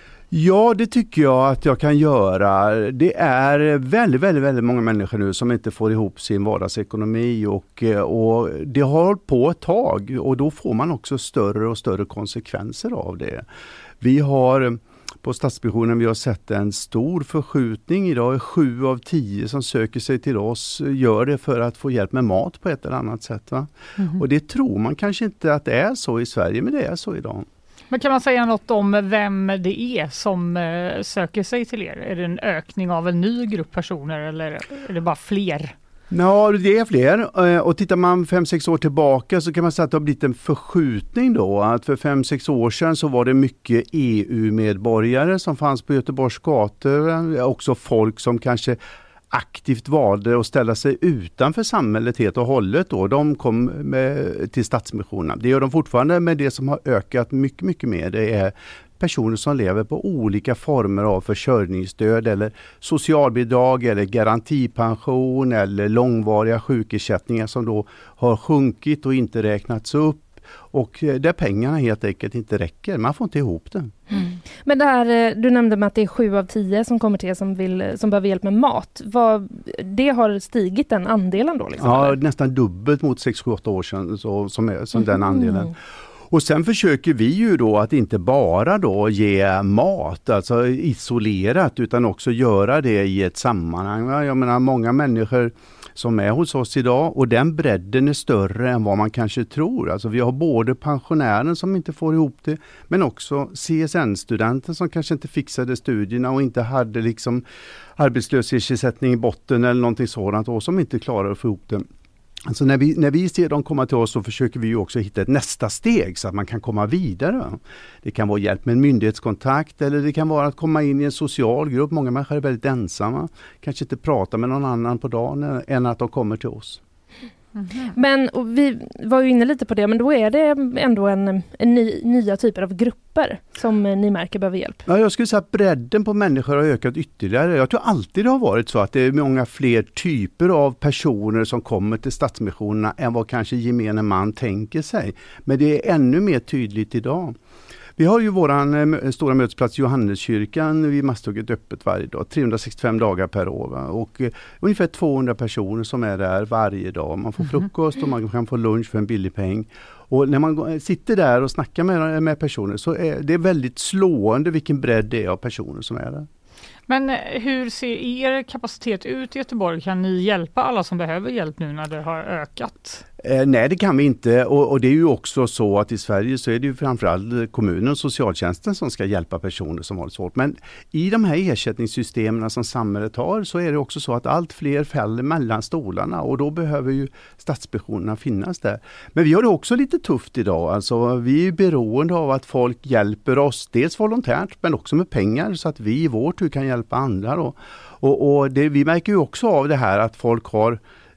Ja, det tycker jag att jag kan göra. Det är väldigt, väldigt, väldigt många människor nu som inte får ihop sin vardagsekonomi och, och det har hållit på ett tag och då får man också större och större konsekvenser av det. Vi har på Stadsmissionen vi har sett en stor förskjutning. Idag är sju av tio som söker sig till oss gör det för att få hjälp med mat på ett eller annat sätt. Va? Mm. Och det tror man kanske inte att det är så i Sverige, men det är så idag. Men kan man säga något om vem det är som eh, söker sig till er? Är det en ökning av en ny grupp personer eller är det bara fler? Ja, det är fler. Och tittar man fem sex år tillbaka så kan man säga att det har blivit en förskjutning då. Att för fem sex år sedan så var det mycket E U-medborgare som fanns på Göteborgs gator. Också folk som kanske aktivt valde att ställa sig utanför samhället helt och hållet då. De kom med, till Stadsmissionen. Det gör de fortfarande, men det som har ökat mycket, mycket mer det är personer som lever på olika former av försörjningsstöd eller socialbidrag eller garantipension eller långvariga sjukersättningar som då har sjunkit och inte räknats upp. Och där pengarna helt enkelt inte räcker. Man får inte ihop det. Mm. Men det här, du nämnde med att det är sju av tio som kommer till som, vill, som behöver hjälp med mat. Vad, det har stigit den andelen då? Liksom, ja, eller? Nästan dubbelt mot sex sju åtta år sedan så, som, är, som mm. den andelen. Och sen försöker vi ju då att inte bara då ge mat, alltså isolerat, utan också göra det i ett sammanhang. Jag menar många människor som är hos oss idag och den bredden är större än vad man kanske tror. Alltså vi har både pensionären som inte får ihop det men också C S N-studenter som kanske inte fixade studierna och inte hade liksom arbetslöshetsersättning i botten eller någonting sådant och som inte klarar att få ihop det. Alltså när vi, när vi ser dem komma till oss så försöker vi ju också hitta ett nästa steg så att man kan komma vidare. Det kan vara hjälp med en myndighetskontakt eller det kan vara att komma in i en social grupp. Många människor är väldigt ensamma. Kanske inte prata med någon annan på dagen än att de kommer till oss. Mm-hmm. Men och vi var ju inne lite på det, men då är det ändå en, en ny, nya typer av grupper som ni märker behöver hjälp. Ja, jag skulle säga att bredden på människor har ökat ytterligare. Jag tror alltid det har varit så att det är många fler typer av personer som kommer till Stadsmissionerna än vad kanske gemene man tänker sig. Men det är ännu mer tydligt idag. Vi har ju våran eh, stora mötesplats Johanneskyrkan vid Masthugget öppet varje dag, trehundrasextiofem dagar per år. Va? Och eh, ungefär tvåhundra personer som är där varje dag. Man får frukost och man kan få lunch för en billig peng. Och när man sitter där och snackar med, med personer så är det väldigt slående vilken bredd det är av personer som är där. Men hur ser er kapacitet ut i Göteborg? Kan ni hjälpa alla som behöver hjälp nu när det har ökat? Eh, nej, det kan vi inte. Och, och det är ju också så att i Sverige så är det ju framförallt kommunen och socialtjänsten som ska hjälpa personer som har det svårt. Men i de här ersättningssystemen som samhället har så är det också så att allt fler faller mellan stolarna och då behöver ju Stadsmissionerna finnas där. Men vi har det också lite tufft idag. Alltså, vi är beroende av att folk hjälper oss, dels volontärt men också med pengar så att vi i vår tur kan hjälpa andra. Då. Och, och det, vi märker ju också av det här att folk har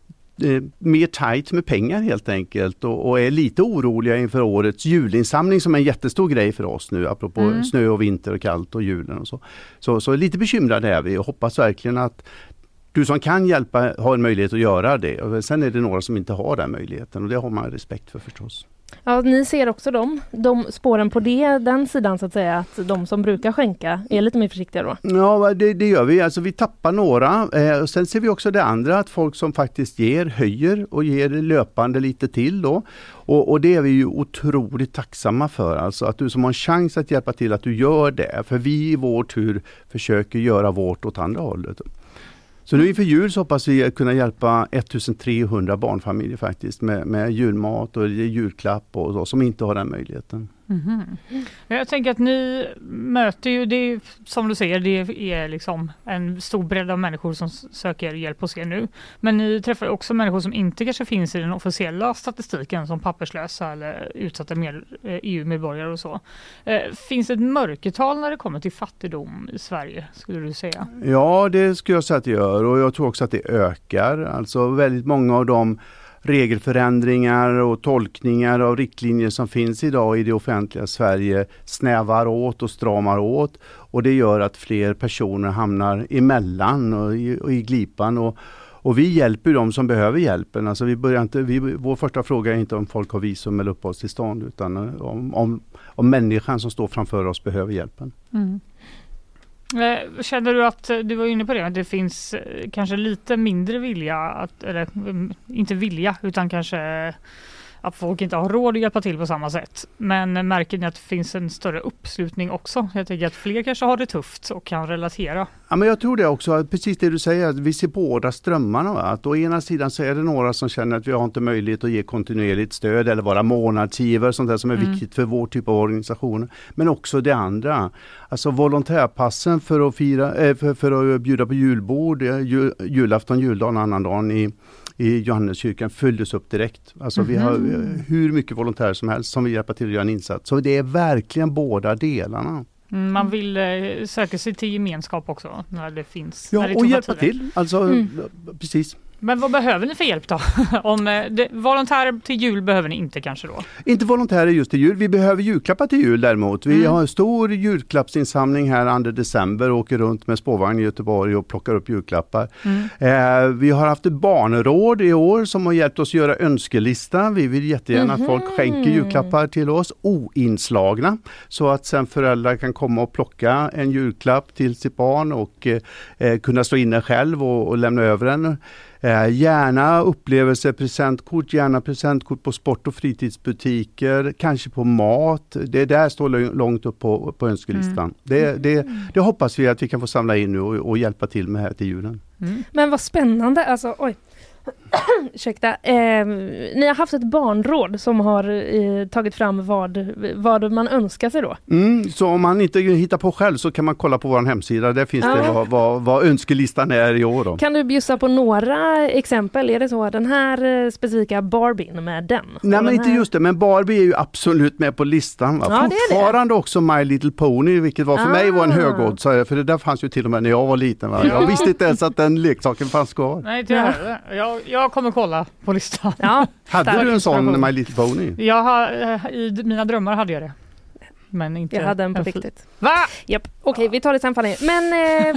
Eh, mer tajt med pengar helt enkelt och, och är lite oroliga inför årets julinsamling som är en jättestor grej för oss nu apropå mm. snö och vinter och kallt och julen och så. Så, så lite bekymrade är vi och hoppas verkligen att du som kan hjälpa har en möjlighet att göra det. Och sen är det några som inte har den möjligheten och det har man respekt för förstås. Ja, ni ser också dem, de spåren på det, den sidan så att säga, att de som brukar skänka är lite mer försiktiga då? Ja, det, det gör vi. Alltså vi tappar några. Eh, och sen ser vi också det andra, att folk som faktiskt ger, höjer och ger löpande lite till då. Och, och det är vi ju otroligt tacksamma för. Alltså att du som har en chans att hjälpa till, att du gör det. För vi i vår tur försöker göra vårt åt andra hållet. Så nu inför jul så hoppas vi kunna hjälpa ettusentrehundra barnfamiljer faktiskt med, med julmat och julklapp och så, som inte har den möjligheten. Mm-hmm. Jag tänker att ni möter ju, det som du säger, det är liksom en stor bredd av människor som söker hjälp hos er nu. Men ni träffar också människor som inte kanske finns i den officiella statistiken som papperslösa eller utsatta med, E U-medborgare och så. Finns det ett mörkertal när det kommer till fattigdom i Sverige, skulle du säga? Ja, det skulle jag säga att det gör och jag tror också att det ökar. Alltså väldigt många av de regelförändringar och tolkningar av riktlinjer som finns idag i det offentliga Sverige snävar åt och stramar åt och det gör att fler personer hamnar emellan och i, och i glipan och, och vi hjälper dem som behöver hjälpen. Alltså vi börjar inte, vi, vår första fråga är inte om folk har visum eller uppehållstillstånd utan om, om, om människan som står framför oss behöver hjälpen. Mm. Känner du att, du var inne på det, att det finns kanske lite mindre vilja, att, eller inte vilja utan kanske att folk inte har råd att hjälpa till på samma sätt. Men märker ni att det finns en större uppslutning också? Jag tänker att fler kanske har det tufft och kan relatera. Ja, men jag tror det också, precis det du säger, att vi ser båda strömmarna. Va? Att å ena sidan så är det några som känner att vi har inte möjlighet att ge kontinuerligt stöd eller vara månadsgivare, sånt där som är mm. viktigt för vår typ av organisationer. Men också det andra. Alltså volontärpassen för att, fira, äh, för, för att bjuda på julbord, jul, julafton, juldagen, annan dagen i i Johanneskyrkan fylldes upp direkt. Alltså mm-hmm. vi har hur mycket volontärer som helst som vill hjälpa till att göra en insats. Så det är verkligen båda delarna. Mm, man vill eh, söka sig till gemenskap också när det finns. Ja, när det och hjälpa tider. till. Alltså, mm. precis. Men vad behöver ni för hjälp då? Om det, volontärer till jul behöver ni inte kanske då? Inte volontärer just till jul. Vi behöver julklappar till jul däremot. Vi mm. har en stor julklappsinsamling här andra december och åker runt med spårvagn i Göteborg och plockar upp julklappar. Mm. Eh, vi har haft ett barnråd i år som har hjälpt oss göra önskelista. Vi vill jättegärna mm-hmm. att folk skänker julklappar till oss oinslagna så att sen föräldrar kan komma och plocka en julklapp till sitt barn och eh, kunna stå inne själv och, och lämna över den. Eh, gärna upplevelse, presentkort, gärna presentkort på sport- och fritidsbutiker, kanske på mat. Det där står långt upp på, på önskelistan. Mm. Det, det, det hoppas vi att vi kan få samla in nu och, och hjälpa till med här till julen. Mm. Men vad spännande, alltså oj. Ursäkta. Eh, ni har haft ett barnråd som har eh, tagit fram vad, vad man önskar sig då. Mm, så om man inte hittar på själv så kan man kolla på vår hemsida. Där finns ja. det vad, vad, vad önskelistan är i år. Då. Kan du bjussa på några exempel? Är det så den här specifika Barbien med den? Nej, men den inte här... just det. Men Barbie är ju absolut med på listan. Va? Ja, fortfarande också My Little Pony, vilket var för ah. mig var en högoddsare. För det där fanns ju till och med när jag var liten. Va? Jag visste inte ens att den leksaken fanns kvar. Nej, tyvärr. Ja. Jag, jag kommer kolla på listan. Ja, hade du en sån My Little Pony? Jag har, i mina drömmar hade jag det. Men inte jag hade en på en riktigt. Va? Japp. Okej, vi tar det sen Fanny. Men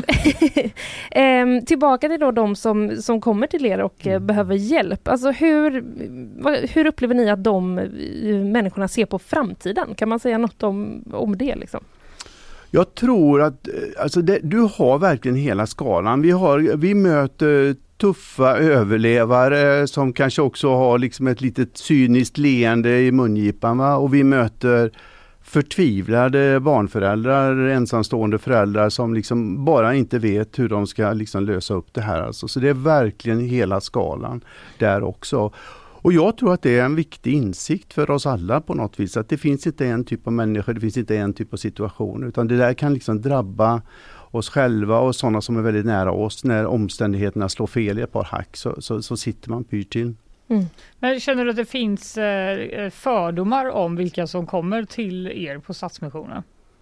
eh, eh, tillbaka till då de som, som kommer till er och eh, behöver hjälp. Alltså hur, vad, hur upplever ni att de eh, människorna ser på framtiden? Kan man säga något om, om det liksom? Jag tror att alltså det, du har verkligen hela skalan. Vi, har, vi möter tuffa överlevare som kanske också har liksom ett litet cyniskt leende i mungipan. Va? Och vi möter förtvivlade barnföräldrar, ensamstående föräldrar som liksom bara inte vet hur de ska liksom lösa upp det här. Alltså. Så det är verkligen hela skalan där också. Och jag tror att det är en viktig insikt för oss alla på något vis. Att det finns inte en typ av människor, det finns inte en typ av situation. Utan det där kan liksom drabba oss själva och sådana som är väldigt nära oss. När omständigheterna slår fel i ett par hack så, så, så sitter man pyrt till. Mm. Men känner du att det finns eh, fördomar om vilka som kommer till er på Stadsmissionen?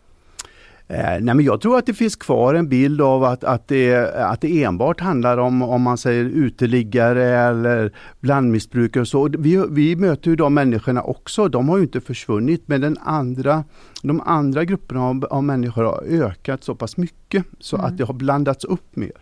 Eh, nej men jag tror att det finns kvar en bild av att, att, det, att det enbart handlar om, om man säger uteliggare eller blandmissbrukare och så. Vi, vi möter ju de människorna också, de har ju inte försvunnit, men den andra, de andra grupperna av, av människor har ökat så pass mycket så mm. att det har blandats upp mer.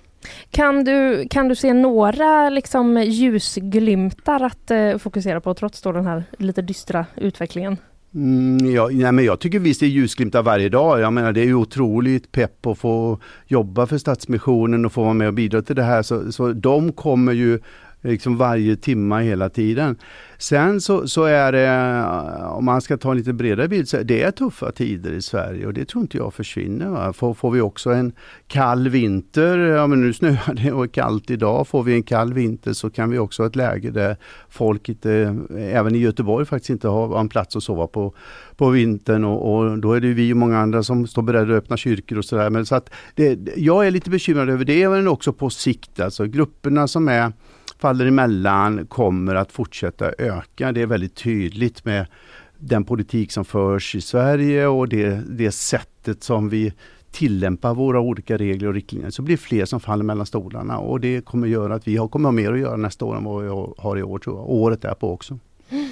Kan du, kan du se några liksom ljusglimtar att eh, fokusera på trots då den här lite dystra utvecklingen? Mm, ja, nej, men jag tycker visst det är ljusglimtar varje dag. Jag menar det är ju otroligt pepp att få jobba för Stadsmissionen och få vara med och bidra till det här. Så, så de kommer ju liksom varje timma hela tiden. Sen så, så är det, om man ska ta en lite bredare bild, så det är tuffa tider i Sverige och det tror inte jag försvinner. Va? Får, får vi också en kall vinter, ja men nu snöar det och är kallt idag, får vi en kall vinter så kan vi också ha ett läge där folk inte, även i Göteborg faktiskt inte har en plats att sova på, på vintern och, och då är det vi och många andra som står beredda att öppna kyrkor och sådär. Men så att det, jag är lite bekymrad över det, men också på sikt, alltså grupperna som är faller emellan kommer att fortsätta öka. Det är väldigt tydligt med den politik som förs i Sverige och det, det sättet som vi tillämpar våra olika regler och riktlinjer. Så blir det fler som faller mellan stolarna och det kommer göra att vi har, kommer ha mer att göra nästa år än vad vi har i år, tror jag. Året är på också. Mm.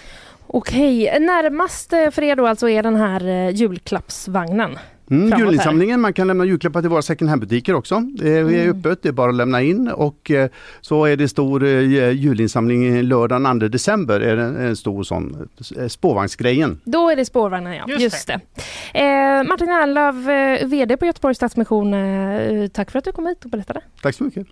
Okej, närmast för er då alltså är den här julklappsvagnen. Mm, julinsamlingen, man kan lämna julklappar till våra second hand-butiker också. Det är mm. öppet, det är bara att lämna in och eh, så är det stor eh, julinsamling lördagen andra december är det en stor sån eh, spårvagnsgrejen. Då är det spårvagnen, ja. Just, Just det. det. Eh, Martin Ernlöf, eh, vd på Göteborgs Stadsmission, eh, tack för att du kom hit och berättade. Tack så mycket.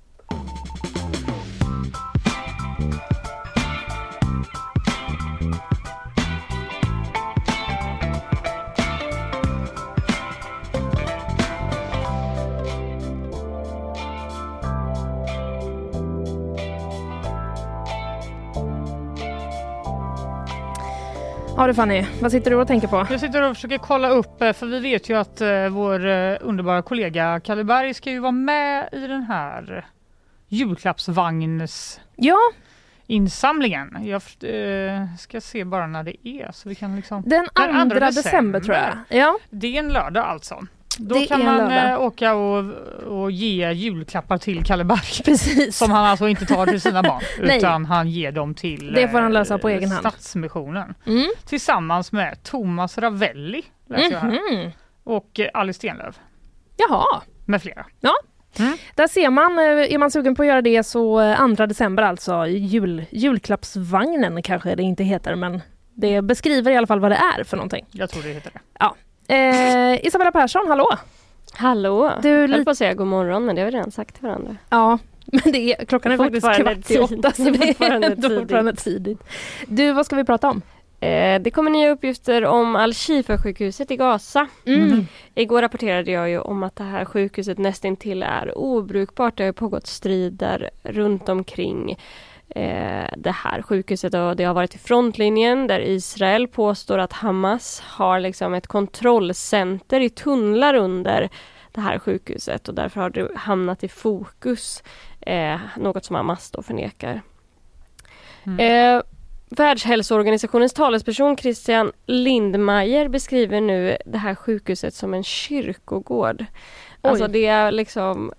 Ja du Fanny, vad sitter du och tänker på? Jag sitter och försöker kolla upp, för vi vet ju att uh, vår uh, underbara kollega Kalle Berg ska ju vara med i den här julklappsvagns ja. insamlingen. Jag uh, ska se bara när det är så vi kan liksom... Den andra december tror jag. Ja. Det är en lördag alltså. Då det kan man äh, åka och, och ge julklappar till Kalle Berg. Precis. Som han alltså inte tar till sina barn. utan han ger dem till det får han lösa på egen hand. Stadsmissionen. Mm. Tillsammans med Thomas Ravelli läser jag här. Och Alice Stenlöf. Jaha. Med flera. Ja. Mm. Där ser man, är man sugen på att göra det så andra december alltså. Jul, julklappsvagnen kanske det inte heter, men det beskriver i alla fall vad det är för någonting. Jag tror det heter det. Ja. Eh, Isabella Persson, hallå! Hallå! Du jag höll på att säga god morgon, men det har vi redan sagt till varandra. Ja, men det är, klockan är faktiskt kvart till åtta, så det är fortfarande tidigt. fortfarande tidigt. Du, vad ska vi prata om? Eh, det kommer nya uppgifter om Al-Shifa-sjukhuset i Gaza. Mm. Igår rapporterade jag ju om att det här sjukhuset nästintill är obrukbart. Det har pågått strider runt omkring Eh, det här sjukhuset och det har varit i frontlinjen där Israel påstår att Hamas har liksom ett kontrollcenter i tunnlar under det här sjukhuset och därför har det hamnat i fokus, eh, något som Hamas då förnekar. Mm. Eh, Världshälsoorganisationens talesperson Christian Lindmeier beskriver nu det här sjukhuset som en kyrkogård. Oj. Alltså det är liksom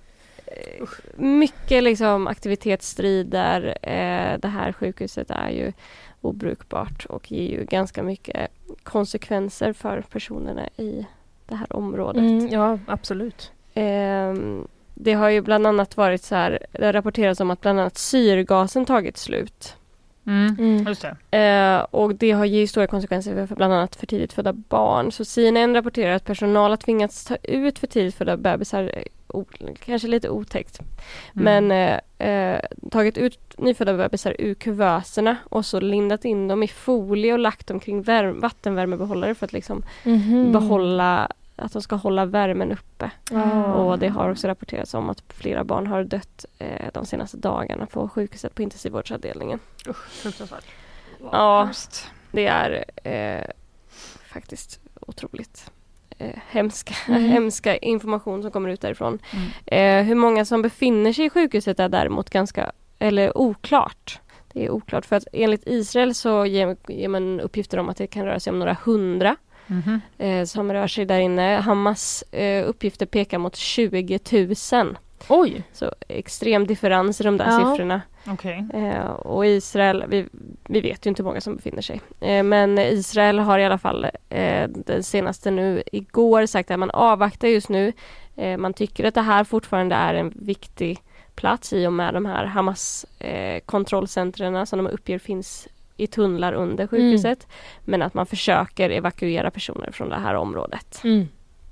mycket liksom aktivitetsstrider. Eh, det här sjukhuset är ju obrukbart och ger ju ganska mycket konsekvenser för personerna i det här området. Mm, ja, absolut. Eh, det har ju bland annat varit så här, det har rapporterats om att bland annat syrgasen tagit slut. Mm, Mm. just det. Eh, och det har ju stora konsekvenser för bland annat för tidigt födda barn. Så C N N rapporterar att personal har tvingats ta ut för tidigt födda bebisar, o, kanske lite otäckt, Mm. men eh, eh, tagit ut nyfödda bebisar ur kuvöserna och så lindat in dem i folie och lagt dem kring värme, vattenvärmebehållare för att liksom Mhm. behålla, att de ska hålla värmen uppe. Ah. Och det har också rapporterats om att flera barn har dött eh, de senaste dagarna på sjukhuset på intensivvårdsavdelningen. Usch, fruktansvärt. Ja. Hemskt. Det är eh, faktiskt otroligt eh, hemska, Mm. hemska information som kommer ut därifrån. Mm. Eh, hur många som befinner sig i sjukhuset är däremot ganska, eller oklart. Det är oklart för att enligt Israel så ger, ger man uppgifter om att det kan röra sig om några hundra Mhm. eh, som rör sig där inne. Hamas eh, uppgifter pekar mot tjugo tusen. Oj! Så extrem differens i de där Ja. siffrorna. Okej. Eh, och Israel, vi, vi vet ju inte hur många som befinner sig. Eh, men Israel har i alla fall eh, den senaste nu igår sagt att man avvaktar just nu. Eh, man tycker att det här fortfarande är en viktig plats i och med de här Hamas eh, kontrollcentren som de uppger finns i tunnlar under sjukhuset. Mm. Men att man försöker evakuera personer från det här området. Mm.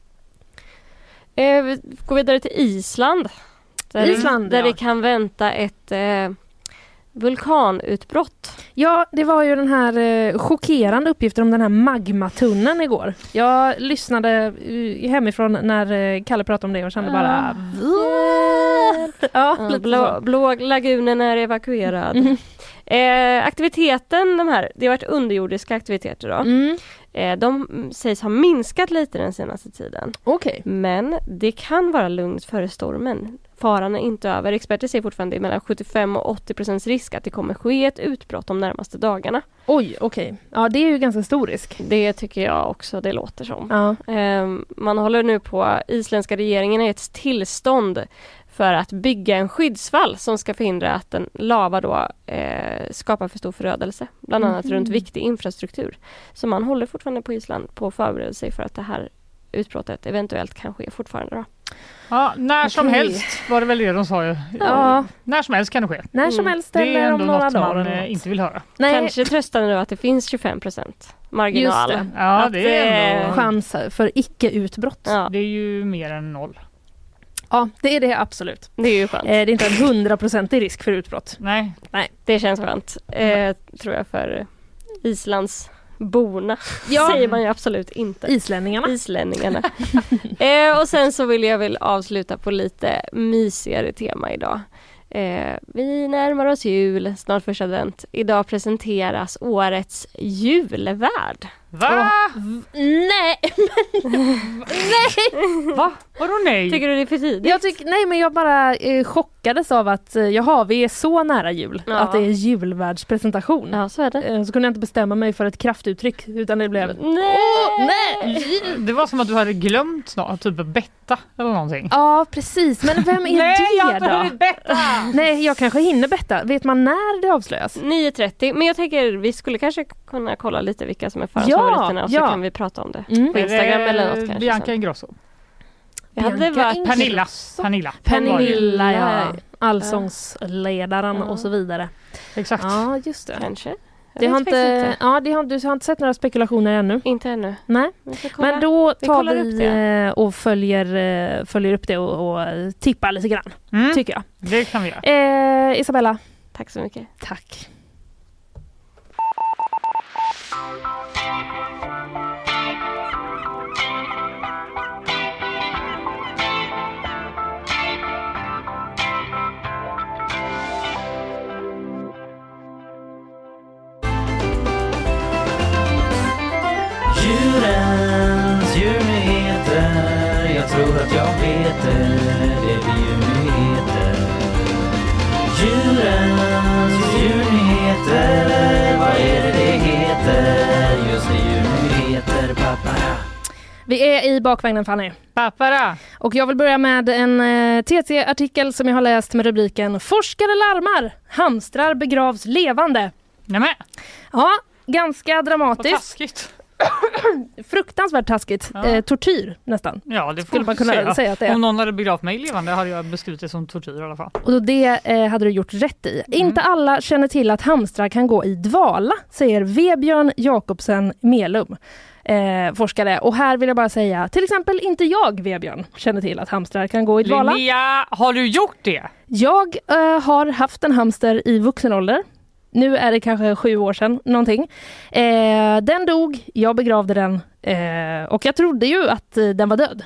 Eh, vi går vidare till Island. Där, Island, där ja. vi kan vänta ett eh, vulkanutbrott. Ja, det var ju den här eh, chockerande uppgiften om den här magmatunneln igår. Jag lyssnade uh, hemifrån när uh, Kalle pratade om det och kände bara... Ja, Ja, lite blå, så. blå lagunen är evakuerad. Mm. Eh, aktiviteten, de här, det har varit underjordiska aktiviteter då. Mm. Eh, de sägs ha minskat lite den senaste tiden. Okej. Men det kan vara lugnt före stormen. Faran är inte över. Experter säger fortfarande mellan sjuttiofem och åttio procent risk att det kommer ske ett utbrott de närmaste dagarna. Oj, okej. Ja, det är ju ganska stor risk. Det tycker jag också det låter som. Ja. Eh, man håller nu på, isländska regeringen har gett tillstånd för att bygga en skyddsvall som ska förhindra att en lava då eh, skapar för stor förödelse. Bland annat Mhm. runt viktig infrastruktur. Så man håller fortfarande på Island på att förbereda sig för att det här utbrottet eventuellt kan ske fortfarande då. Ja, när som Okej. helst var det väl det de sa ju. Ja. När som helst kan det ske. När som Mm. helst Det är eller om ändå några något dagar. man eller eh, något. inte vill höra. Nej, Kanske tröstande då att det finns tjugofem procent marginal. Just det. Ja, Att det är ändå... chans för icke-utbrott. Ja. Ja, Det är ju mer än noll. det är det absolut. det är ju skönt. Eh, det är inte en hundraprocentig risk för utbrott. Nej. Det känns skönt. Eh, tror jag för Islands borna. Ja. Säger man ju absolut inte. Islänningarna. Islänningarna. eh, och sen så vill jag väl avsluta på lite mysigare tema idag. Eh, vi närmar oss jul, snart första advent. Idag presenteras årets julvärd. Va? Nej! Nej! Va? Vadå nej? Tycker du det är för tidigt? Jag tycker, nej men jag bara eh, chockades av att eh, jaha, vi är så nära jul. Ja. Att det är julvärdspresentation. Ja, så är det. Eh, så kunde jag inte bestämma mig för ett kraftuttryck utan det blev Nej! nej! Det var som att du hade glömt snart, typ betta eller någonting. Ja, precis. Men vem är Nej, jag har det inte då? hunnit betta! Nej, jag kanske hinner betta. Vet man när det avslöjas? nio trettio, men jag tänker vi skulle kanske kunna kolla lite vilka som är Ja, förhandsfavoriterna och så ja. kan vi prata om det Mm. på Instagram eller något kanske. Bianca sen. Ingrosso. Jag hade Bianca varit Ingrosso. Pernilla. Pernilla. Hon var ju- Pernilla, ja. Ja. Allsångsledaren Ja. och så vidare. Exakt. Ja, just det. Kanske. Jag Det vet har faktiskt inte, ja, det har, du har inte sett några spekulationer ännu? Inte ännu. Nej. Vi ska kolla. Men då Vi tar kollar vi, upp det. eh, och följer, eh, följer upp det och, och eh, tippar lite grann, Mm, tycker jag. det kan vi göra. Eh, Isabella, Tack så mycket. tack. Djurens djurnyheter. Jag tror att jag vet det. Det blir djurnyheter. Djurens djurnyheter. Vi är i bakvagnen, Fanny. Papara. Och jag vill börja med en eh, T T-artikel som jag har läst med rubriken Forskare larmar, hamstrar begravs levande. Nämen. Ja, ganska dramatiskt. Vad taskigt. Fruktansvärt taskigt. Ja. Eh, tortyr nästan. Ja, det får skulle man kunna säga. säga att det är. Om någon hade begravt mig levande hade jag beskrivit det som tortyr i alla fall. Och det eh, hade du gjort rätt i. Mm. Inte alla känner till att hamstrar kan gå i dvala, säger Vebjörn Jakobsen Melum. Eh, forskare. Och här vill jag bara säga, till exempel inte jag, Vebjörn, känner till att hamstrar kan gå i dvala. Linnea, har du gjort det? Jag eh, har haft en hamster i vuxen ålder. Nu är det kanske sju år sedan någonting. Eh, den dog, jag begravde den eh, och jag trodde ju att eh, den var död.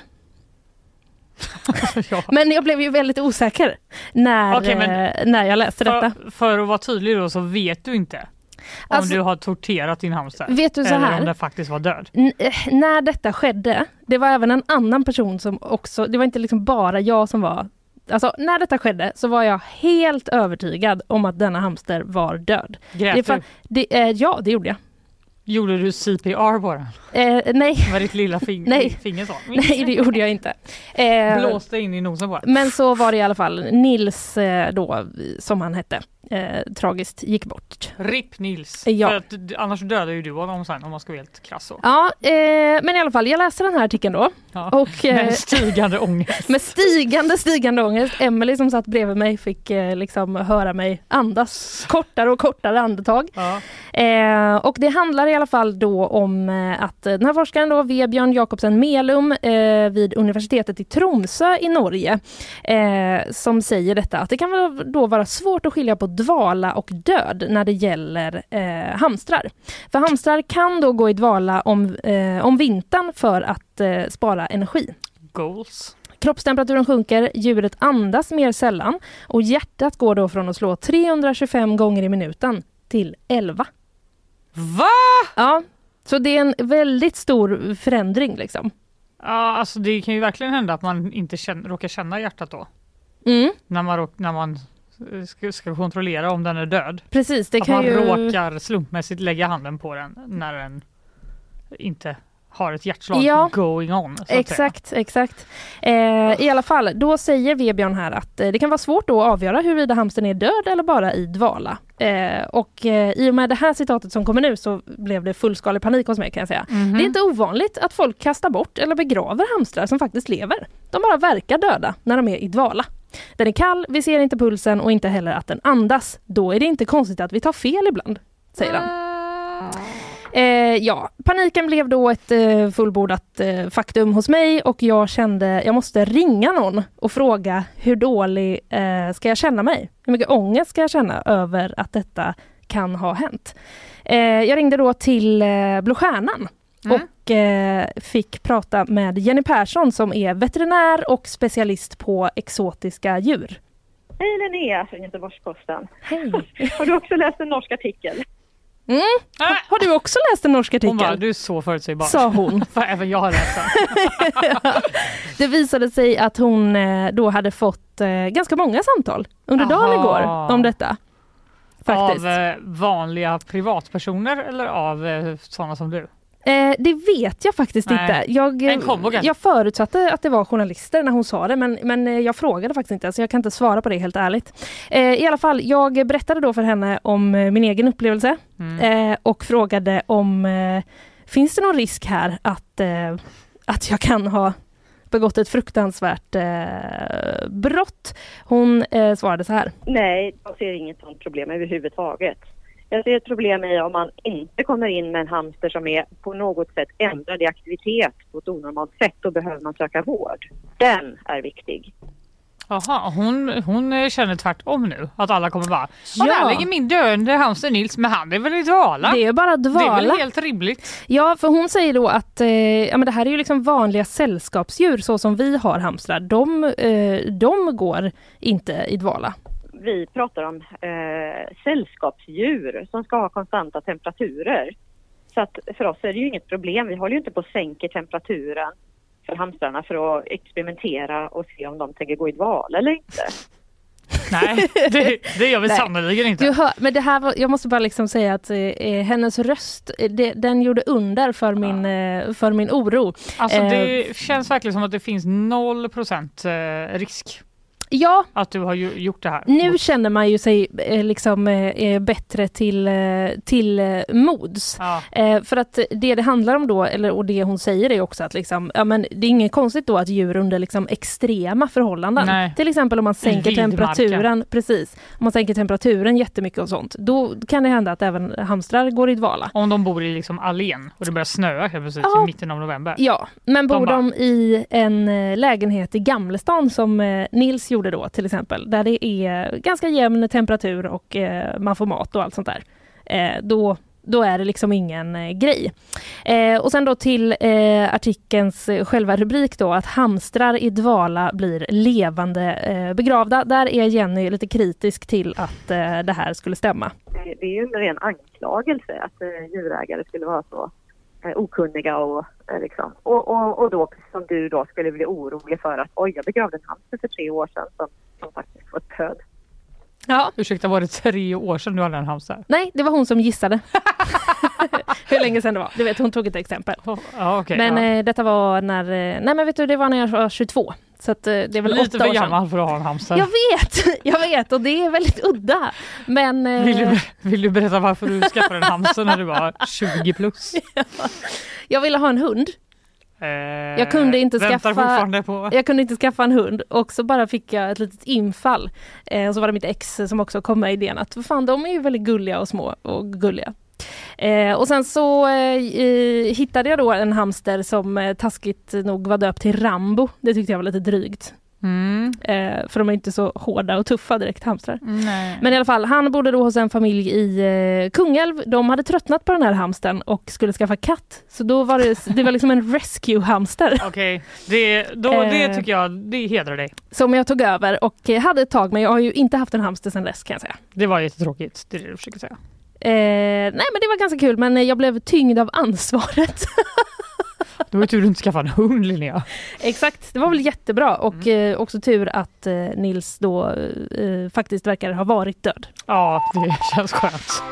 Ja. Men jag blev ju väldigt osäker när, Okej, men eh, när jag läste för, detta. För att vara tydlig då så vet du inte om Alltså, du har torterat din hamster. Vet du så eller här? om den faktiskt var död. N- eh, när detta skedde, det var även en annan person som också, det var inte liksom bara jag som var, alltså när detta skedde så var jag helt övertygad om att denna hamster var död. Grät Det är du? fa- det, eh, ja, det gjorde jag. Gjorde du C P R på den? Eh, nej. Med ditt lilla fing- Nej. finger så? Nej, det gjorde jag inte. Eh, Blåste in i nosen på den. Men så var det i alla fall. Nils eh, då, som han hette, eh, tragiskt gick bort. Ripp Nils. Ja. För att, annars dödar ju du honom sen om man ska vara helt krass så. Ja, eh, men i alla fall, jag läste den här artikeln då. Ja. Och, eh, med stigande ångest. Med stigande, stigande ångest. Emily som satt bredvid mig fick eh, liksom höra mig andas kortare och kortare andetag. Ja. Eh, och det handlar i alla fall då om eh, att den här forskaren då, Vebjörn Jakobsen Melum eh, vid universitetet i Tromsö i Norge eh, som säger detta, att det kan väl då vara svårt att skilja på dvala och död när det gäller eh, hamstrar. För hamstrar kan då gå i dvala om, eh, om vintern för att eh, spara energi. Goals. Kroppstemperaturen sjunker, djuret andas mer sällan och hjärtat går då från att slå trehundratjugofem gånger i minuten till elva. Va? Ja, så det är en väldigt stor förändring liksom. Ja, alltså det kan ju verkligen hända att man inte känner, råkar känna hjärtat då. Mm. När man, råk, när man ska, ska kontrollera om den är död. Precis, det att kan man ju... råkar slumpmässigt lägga handen på den när den inte har ett hjärtslag ja, going on. Så exakt, säga. exakt. Eh, I alla fall, då säger Vebjörn här att eh, det kan vara svårt då att avgöra huruvida hamstern är död eller bara i dvala. Eh, och eh, i och med det här citatet som kommer nu så blev det fullskalig panik hos mig, kan jag säga. Mm-hmm. Det är inte ovanligt att folk kastar bort eller begraver hamstrar som faktiskt lever. De bara verkar döda när de är i dvala. Den är kall, vi ser inte pulsen och inte heller att den andas. Då är det inte konstigt att vi tar fel ibland, säger han. Eh, ja, paniken blev då ett eh, fullbordat eh, faktum hos mig och jag kände jag måste ringa någon och fråga hur dålig eh, ska jag känna mig? Hur mycket ångest ska jag känna över att detta kan ha hänt? Eh, jag ringde då till eh, Blå Stjärnan mm. och eh, fick prata med Jenny Persson som är veterinär och specialist på exotiska djur. Hej Linnea från Göteborgs-Posten. Hej. Har du också läst en norsk artikel? Mm. Ah. Har du också läst en norsk artikel? Hon bara, du är så förutsägbar. Sa hon. För även jag har läst den. Det visade sig att hon då hade fått ganska många samtal under Aha. dagen igår om detta. Faktiskt. Av eh, vanliga privatpersoner eller av eh, sådana som du? Eh, det vet jag faktiskt Nej. inte. Jag, En kombo, jag förutsatte att det var journalister när hon sa det, men, men jag frågade faktiskt inte, så jag kan inte svara på det helt ärligt. Eh, I alla fall, jag berättade då för henne om min egen upplevelse mm. eh, och frågade om eh, finns det någon risk här att, eh, att jag kan ha begått ett fruktansvärt eh, brott. Hon eh, svarade så här. Nej, jag ser inget sånt problem överhuvudtaget. Jag ser ett problem i om man inte kommer in med en hamster som är på något sätt ändrad i aktivitet på ett onormalt sätt, då behöver man söka vård. Den är viktig. Jaha, hon, hon känner tvärtom nu. Att alla kommer bara, ja, Ja. där ligger min döende hamster Nils, men han är väl i dvala? Det är bara dvala. Det är väl helt rimligt. Ja, för hon säger då att eh, ja, men det här är ju liksom vanliga sällskapsdjur så som vi har hamstrar. De, eh, de går inte i dvala. Vi pratar om eh, sällskapsdjur som ska ha konstanta temperaturer. Så att för oss är det ju inget problem. Vi håller ju inte på att sänka temperaturen för hamstrarna för att experimentera och se om de tänker gå i dvala eller inte. Nej, det, det gör vi sannoliken inte. Du hör, men det här var, jag måste bara liksom säga att eh, hennes röst, det, den gjorde under för min, eh, för min oro. Alltså eh, det känns verkligen som att det finns noll procent eh, risk. Ja. Att du har ju gjort det här. Nu känner man ju sig eh, liksom eh, bättre till, eh, till eh, mods. Ja. Eh, för att det det handlar om då, eller, och det hon säger är också att liksom, ja, men det är inget konstigt då att djur under liksom extrema förhållanden. Nej. Till exempel om man sänker Vildmarken. temperaturen, precis. Om man sänker temperaturen jättemycket och sånt. Då kan det hända att även hamstrar går i dvala. Om de bor i liksom Alén och det börjar snöa precis Ja. i mitten av november. Ja, men bor De de, bara- i en eh, lägenhet i Gamlestan som eh, Nils gjorde då till exempel, där det är ganska jämn temperatur och eh, man får mat och allt sånt där, eh, då, då är det liksom ingen eh, grej. Eh, och sen då till eh, artikelns eh, själva rubrik då, att hamstrar i dvala blir levande eh, begravda. Där är Jenny lite kritisk till att eh, det här skulle stämma. Det det är ju en ren anklagelse att eh, djurägare skulle vara så eh, okunniga och, eh, liksom. och, och, och då som du då skulle bli orolig för att oj, jag begravde en hamster för tre år sedan som, som faktiskt fått död. Ja. Ursäkta, var det tre år sedan du hade en hamster? Nej, det var hon som gissade. Hur länge sedan det var. Du vet, hon tog ett exempel. Ja, okay, men ja. eh, detta var när, eh, nej men vet du, det var när jag var tjugotvå. Så att, eh, det är väl Lite åtta för år sedan. gammal för att ha en hamster. Jag vet, jag vet och det är väldigt udda. Men, eh, Vill du, vill du berätta varför du skaffade en hamster när du var tjugo plus? Jag ville ha en hund. Eh, Jag kunde inte väntar skaffa fortfarande på... Jag kunde inte skaffa en hund och så bara fick jag ett litet infall. Eh, och så var det mitt ex som också kom med idén att fan, de är ju väldigt gulliga och små och gulliga. Eh, och sen så eh, hittade jag då en hamster som eh, taskigt nog var döpt till Rambo. Det tyckte jag var lite drygt. Mm. Eh, för de är inte så hårda och tuffa direkt, hamstrar. Nej. Men i alla fall, han bodde då hos en familj i eh, Kungälv. De hade tröttnat på den här hamstern och skulle skaffa katt. Så då var det, det var liksom en rescue-hamster. Okej, okay. det, då, det Eh. tycker jag, det hedrar dig. Som jag tog över och eh, hade ett tag, men jag har ju inte haft en hamster sedan dess, kan jag säga. Det var jättetråkigt, det är det du försöker säga. Eh, nej, men det var ganska kul, men eh, jag blev tyngd av ansvaret. Det var ju tur att du inte skaffade en hund, Linnea. Exakt, det var väl jättebra och eh, också tur att eh, Nils då eh, faktiskt verkar ha varit död. Ja, det känns skönt.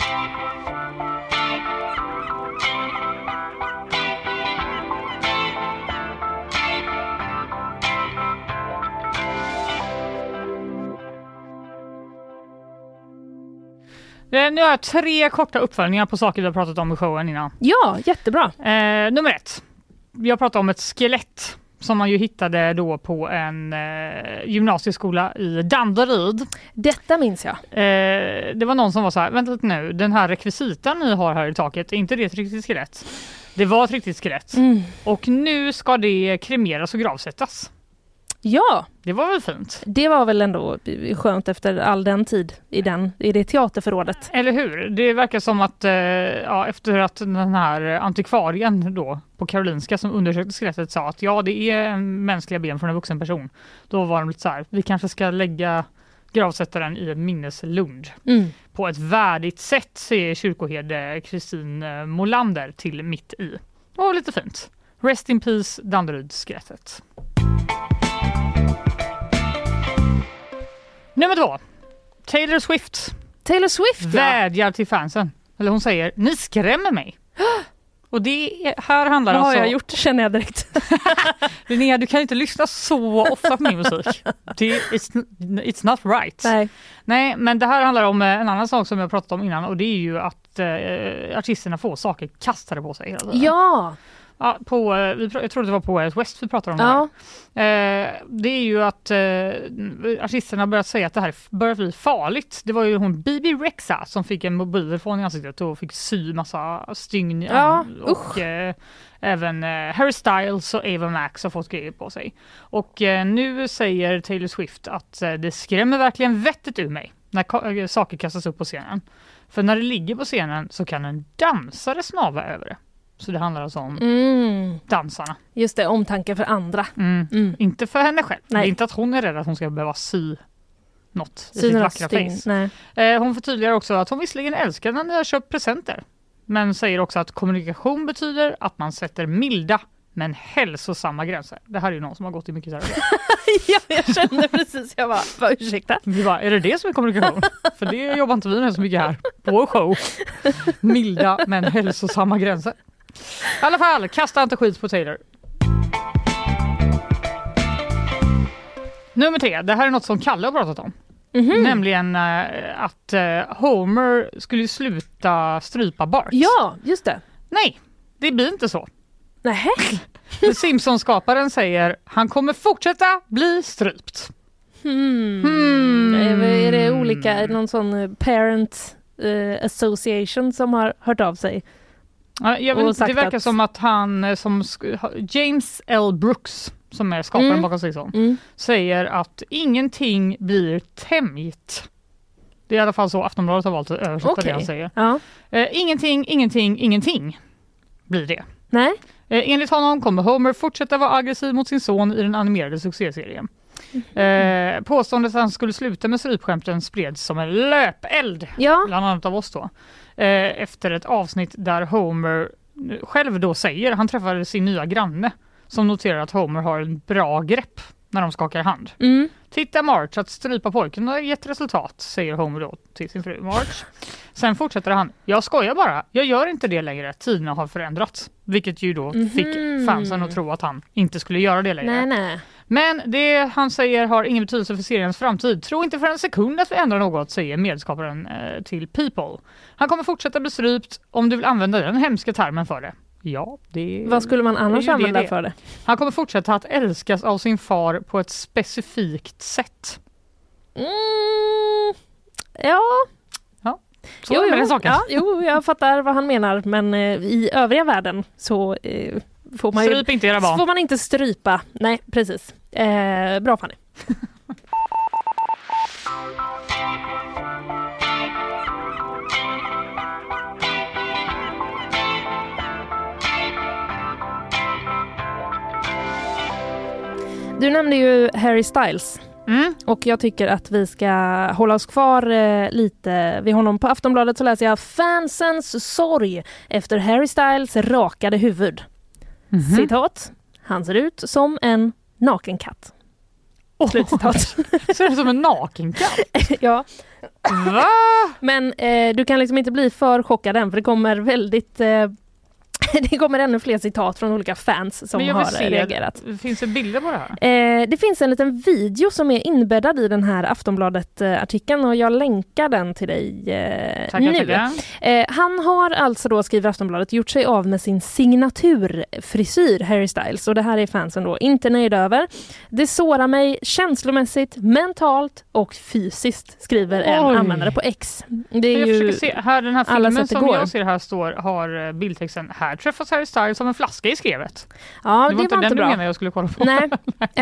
Nu har jag tre korta uppföljningar på saker vi har pratat om i showen innan. Ja, jättebra. Eh, nummer ett. Vi har pratat om ett skelett som man ju hittade då på en eh, gymnasieskola i Danderyd. Detta minns jag. Eh, det var någon som var så här, vänta lite nu, den här rekvisitan ni har här i taket, är inte det ett riktigt skelett? Det var ett riktigt skelett. Mm. Och nu ska det kremeras och gravsättas. Ja, det var väl fint. Det var väl ändå skönt efter all den tid i, den, i det teaterförrådet. Eller hur? Det verkar som att eh, ja, efter att den här antikvarien då på Karolinska som undersökte skelettet sa att ja, det är en mänskliga ben från en vuxen person. Då var de lite så här, vi kanske ska lägga gravsättaren i en minneslund. Mm. På ett värdigt sätt, säger kyrkoherde Kristin Molander till Mitt i. Det var lite fint. Rest in peace, Danderyd-skelettet. Nummer två. Taylor Swift. Taylor Swift, ja. Vädjar till fansen. Eller hon säger, ni skrämmer mig. Och det är, här handlar Vad alltså... har jag gjort, känner jag direkt. Linnea, du kan inte lyssna så ofta på min musik. Det, it's, it's not right. Nej. Nej, men det här handlar om en annan sak som jag pratat om innan. Och det är ju att eh, artisterna får saker kastade på sig hela tiden. Ja. Ja, på, jag tror det var på West vi pratade om ja. det här. Eh, det är ju att eh, artisterna börjat säga att det här börjar bli farligt. Det var ju hon Bibi Rexha som fick en mobiltelefon i ansiktet och fick sy massa stygn. Ja, och eh, även eh, Harry Styles och Ava Max har fått grejer på sig. Och eh, nu säger Taylor Swift att eh, det skrämmer verkligen vettet ur mig när ka- saker kastas upp på scenen. För när det ligger på scenen så kan en dansare snava över det. Så det handlar alltså om mm. dansarna. Just det, omtanke för andra. Mm. Mm. Inte för henne själv. Nej. Det är inte att hon är rädd att hon ska behöva sy något sy i sitt vackra stygn. face. Nej. Eh, hon förtydligar också att hon visserligen älskar när ni har köpt presenter. Men säger också att kommunikation betyder att man sätter milda men hälsosamma gränser. Det här är ju någon som har gått i mycket terapi. Ja, jag kände precis, jag bara, bara ursäkta. Vi bara, är det det som är kommunikation? För det jobbar inte vi med så mycket här på show. Milda men hälsosamma gränser. I alla fall, kasta inte skit på Taylor. Nummer tre, det här är något som Kalle har pratat om. Mm-hmm. Nämligen äh, att äh, Homer skulle sluta strypa Bart. Ja, just det. Nej, det blir inte så. Nähä. Simpsons-skaparen säger han kommer fortsätta bli strypt. Hmm. Hmm. Är, är det olika, är det någon sån parent uh, association som har hört av sig? Ja, jag vet, det verkar att... som att han som James L. Brooks som är skaparen mm. bakom Simpsons mm. säger att ingenting blir tämjt. Det är i alla fall så Aftonbladet har valt att översätta okay. det han säger. Ja. Uh, ingenting, ingenting, ingenting blir det. Nej. Uh, enligt honom kommer Homer fortsätta vara aggressiv mot sin son i den animerade succéserien. Mm. Uh, påståendet att han skulle sluta med strypskämten spreds som en löpeld. Ja. Bland annat av oss då. Uh, efter ett avsnitt där Homer själv då säger, han träffade sin nya granne som noterar att Homer har en bra grepp när de skakar hand. Mm. Titta Marge, att strypa pojken har gett resultat, säger Homer då till sin fru Marge. Sen fortsätter han, jag skojar bara, jag gör inte det längre, tiderna har förändrats. Vilket ju då mm-hmm. fick fansen att tro att han inte skulle göra det längre. Nej, nej. Men det han säger har ingen betydelse för seriens framtid. Tro inte för en sekund att vi ändrar något, säger medskaparen eh, till People. Han kommer fortsätta bli strypt om du vill använda den hemska termen för det. Ja, det Vad skulle man annars det använda det. för det? Han kommer fortsätta att älskas av sin far på ett specifikt sätt. Mm, ja. Ja. Så jo, är det jo, den saken. Ja, jo, jag fattar vad han menar, men eh, i övriga världen så eh, får man Stryp ju, inte era barn. får man inte strypa. Nej, precis. Eh, bra Fanny. Du nämnde ju Harry Styles. Mm. Och jag tycker att vi ska hålla oss kvar eh, lite vid honom. På Aftonbladet så läser jag fansens sorg efter Harry Styles rakade huvud. Mm-hmm. Citat. Han ser ut som en naken katt. Oh, Slutcitat. Ser ut som en naken katt? Ja. Va? Men eh, du kan liksom inte bli för chockad än, för det kommer väldigt... Eh, det kommer ännu fler citat från olika fans som har se, reagerat. Finns det bilder på det här? Eh, det finns en liten video som är inbäddad i den här Aftonbladet-artikeln och jag länkar den till dig eh, tackar, nu. Tackar. Eh, han har alltså då, skriver Aftonbladet, gjort sig av med sin signaturfrisyr, Harry Styles. Och det här är fansen då inte nöjda över. Det sårar mig känslomässigt, mentalt och fysiskt, skriver en Oj. användare på X. Det är jag ju försöker se, här, den här filmen som går. Jag ser här står, har bildtexten här träffas Harry Styles som en flaska i skrevet. Ja, det var, det var inte inte den bra. du menar jag skulle kolla på. Nej,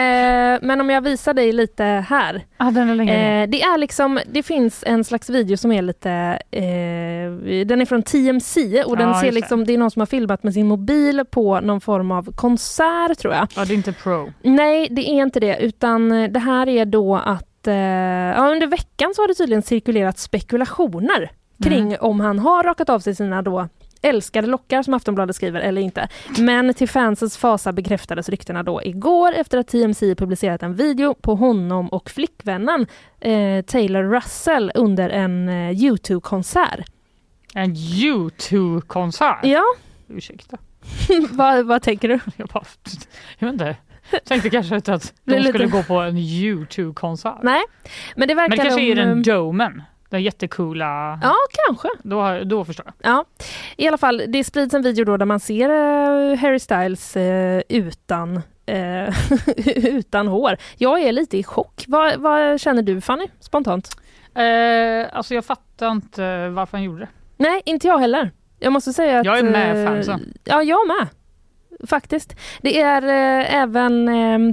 eh, men om jag visar dig lite här. Ah, den är längre. Eh, det är liksom, det finns en slags video som är lite, eh, den är från T M C och den ja, ser liksom, det är någon som har filmat med sin mobil på någon form av konsert tror jag. Ja, det är inte pro. Nej, det är inte det, utan det här är då att, eh, ja, under veckan så har det tydligen cirkulerat spekulationer kring mm. om han har rakat av sig sina då älskade lockar som Aftonbladet skriver eller inte. Men till fansens fasa bekräftades ryktena då igår efter att T M C publicerat en video på honom och flickvännen eh, Taylor Russell under en eh, YouTube-konsert. En YouTube-konsert? Ja. Ursäkta. vad, vad tänker du? Jag, bara, jag vet inte. Jag tänkte kanske inte att de lite... skulle gå på en YouTube-konsert. Nej, men det verkar... Men det kanske de... är den domen. Den jättecoola... Ja, kanske. Då, då förstår jag. Ja, i alla fall, det sprids en video då där man ser uh, Harry Styles uh, utan, uh, utan hår. Jag är lite i chock. Vad, vad känner du, Fanny, spontant? Uh, alltså jag fattar inte varför han gjorde det. Nej, inte jag heller. Jag måste säga att... Jag är med uh, fansen. Ja, jag med. Faktiskt. Det är uh, även... Uh,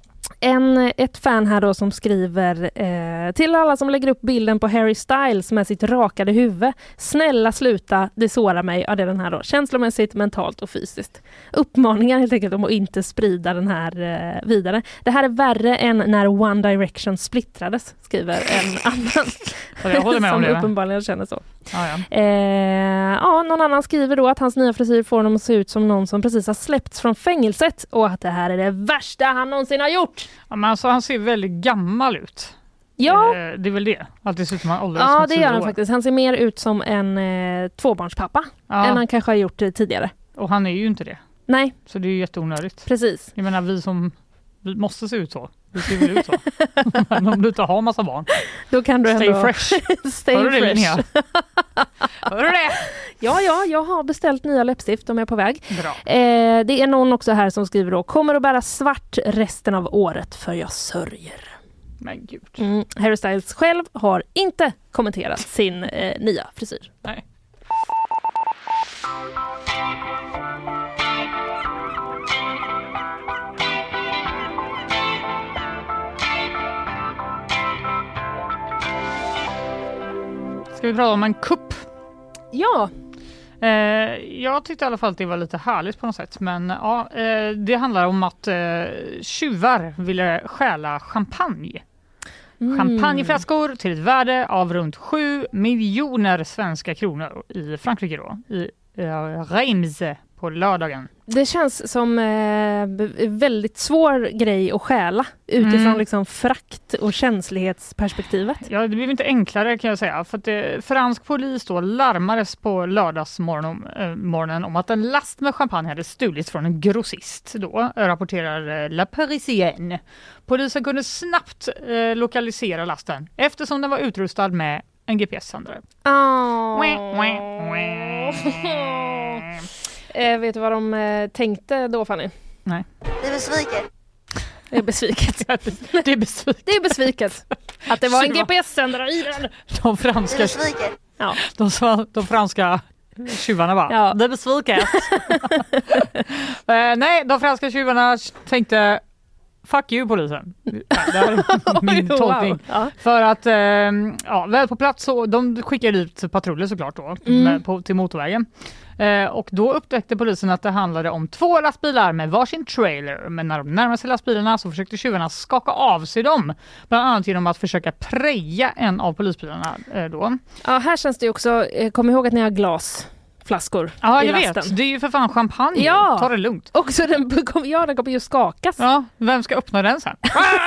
En, ett fan här då som skriver eh, till alla som lägger upp bilden på Harry Styles med sitt rakade huvud. Snälla sluta, det sårar mig. Ja, det är den här då. Känslomässigt, mentalt och fysiskt. Uppmaningar helt enkelt om att inte sprida den här eh, vidare. Det här är värre än när One Direction splittrades, skriver en annan. Jag håller med som om det. Uppenbarligen känner så. Ja, ja. Eh, ja, någon annan skriver då att hans nya frisyr får honom att se ut som någon som precis har släppts från fängelset och att det här är det värsta han någonsin har gjort. Ja, men alltså, han ser väldigt gammal ut. Ja. Eh, det är väl det. Att det ser ut som han åldras Ja, med det tio gör han år. faktiskt. Han ser mer ut som en eh, tvåbarnspappa Ja. än han kanske har gjort eh, tidigare. Och han är ju inte det. Nej. Så det är ju jätteonödigt. Precis. Jag menar, vi som vi måste se ut så. Vi ser väl ut så. Men om du inte har massa barn. Då kan du Stay ändå... fresh. Stay Hör du det, fresh. Linnea? Hör du det? Ja, ja, jag har beställt nya läppstift. De är på väg. Bra. Eh, det är någon också här som skriver då: kommer att bära svart resten av året för jag sörjer. Men gud. Mm. Harry Styles själv har inte kommenterat sin eh, nya frisyr. Nej. Ska vi prata om en kupp? Ja. Eh, jag tyckte i alla fall att det var lite härligt på något sätt. Men ja, eh, det handlar om att eh, tjuvar ville stjäla champagne. Mm. Champagneflaskor till ett värde av runt sju miljoner svenska kronor i Frankrike då. I eh, Reims på lördagen. Det känns som eh, väldigt svår grej att stjäla utifrån Mm. liksom frakt- och känslighetsperspektivet. Ja, det blev inte enklare kan jag säga. För att det, fransk polis då larmades på lördagsmorgonen äh, morgonen om att en last med champagne hade stulits från en grossist. Då rapporterar äh, La Parisienne. Polisen kunde snabbt äh, lokalisera lasten eftersom den var utrustad med en G P S-sändare. Oh. Mm. Eh, vet du vad de eh, tänkte då, Fanny? Nej. Det är besviket. Det är besviket. Det är besviket. Det är besviket. Att det var en G P S-sändare i den. De franska, ja. de, de franska tjuvarna bara, ja. det är besviket. eh, nej, de franska tjuvarna tänkte fuck you polisen. Det är min Oj, tolkning. wow. Ja. För att eh, ja, väl på plats så de skickade ut patruller såklart då Mm. med, på, till motorvägen. Eh, och då upptäckte polisen att det handlade om två lastbilar med varsin trailer. Men när de närmade sig lastbilarna så försökte tjuvarna skaka av sig dem. Bland annat genom att försöka preja en av polisbilarna eh, då. Ja, här känns det också, eh, kom ihåg att ni har glasflaskor Ja, i jag lasten. vet. Det är ju för fan champagne. Ja. Ta det lugnt. Och så den, ja, den kommer ju skakas. Ja, vem ska öppna den sen?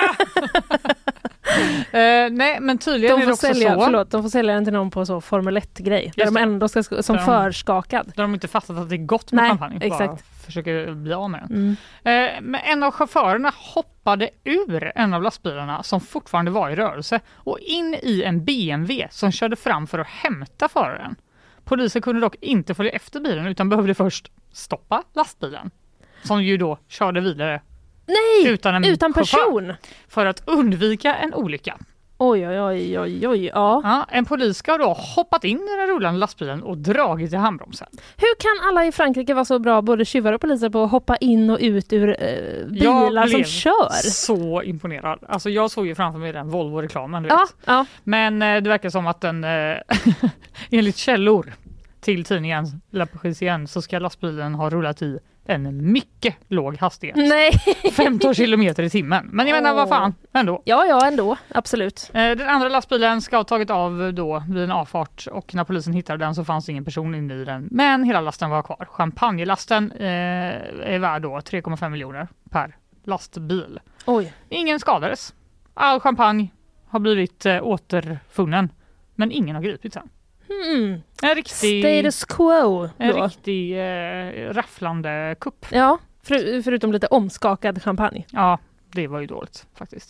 Uh, nej, men tydligen De är får, det också sälja, så. förlåt, de får sälja den till någon på så Formel ett-grej. Där Just de det. ändå ska, som Där de- förskakad. Där de inte fattat att det är gott med Nej, champagne. Bara exakt. försöker bli av med den. Mm. Eh, men en av chaufförerna hoppade ur en av lastbilarna som fortfarande var i rörelse och in i en B M W som körde fram för att hämta föraren. Polisen kunde dock inte följa efter bilen utan behövde först stoppa lastbilen. Som ju då körde vidare Nej, utan en utan chaufför, person. för att undvika en olycka. Oj, oj, oj, oj, oj, ja. Ja, en polis ska då ha hoppat in i den rullande lastbilen och dragit i handbromsen. Hur kan alla i Frankrike vara så bra, både tjuvar och poliser, på att hoppa in och ut ur eh, bilar Jag som blev kör? så imponerad. Alltså jag såg ju framför mig den Volvo-reklamen. Du Ja, vet. ja. Men eh, det verkar som att den, eh, enligt källor till tidningen La Parisienne, så ska lastbilen ha rullat i en mycket låg hastighet. Nej. femton kilometer i timmen. Men jag menar, vad fan, ändå. Ja, ja, ändå. Absolut. Eh, Den andra lastbilen ska ha tagit av då vid en avfart och när polisen hittade den så fanns ingen person inne i den. Men hela lasten var kvar. Champagnelasten eh, är värd då tre komma fem miljoner per lastbil. Oj. Ingen skadades. All champagne har blivit eh, återfunnen. Men ingen har gripits än. Hmm. En riktig, Status quo. en Då. riktig eh, rafflande kupp. Ja, för, förutom lite omskakad champagne. Ja, det var ju dåligt faktiskt.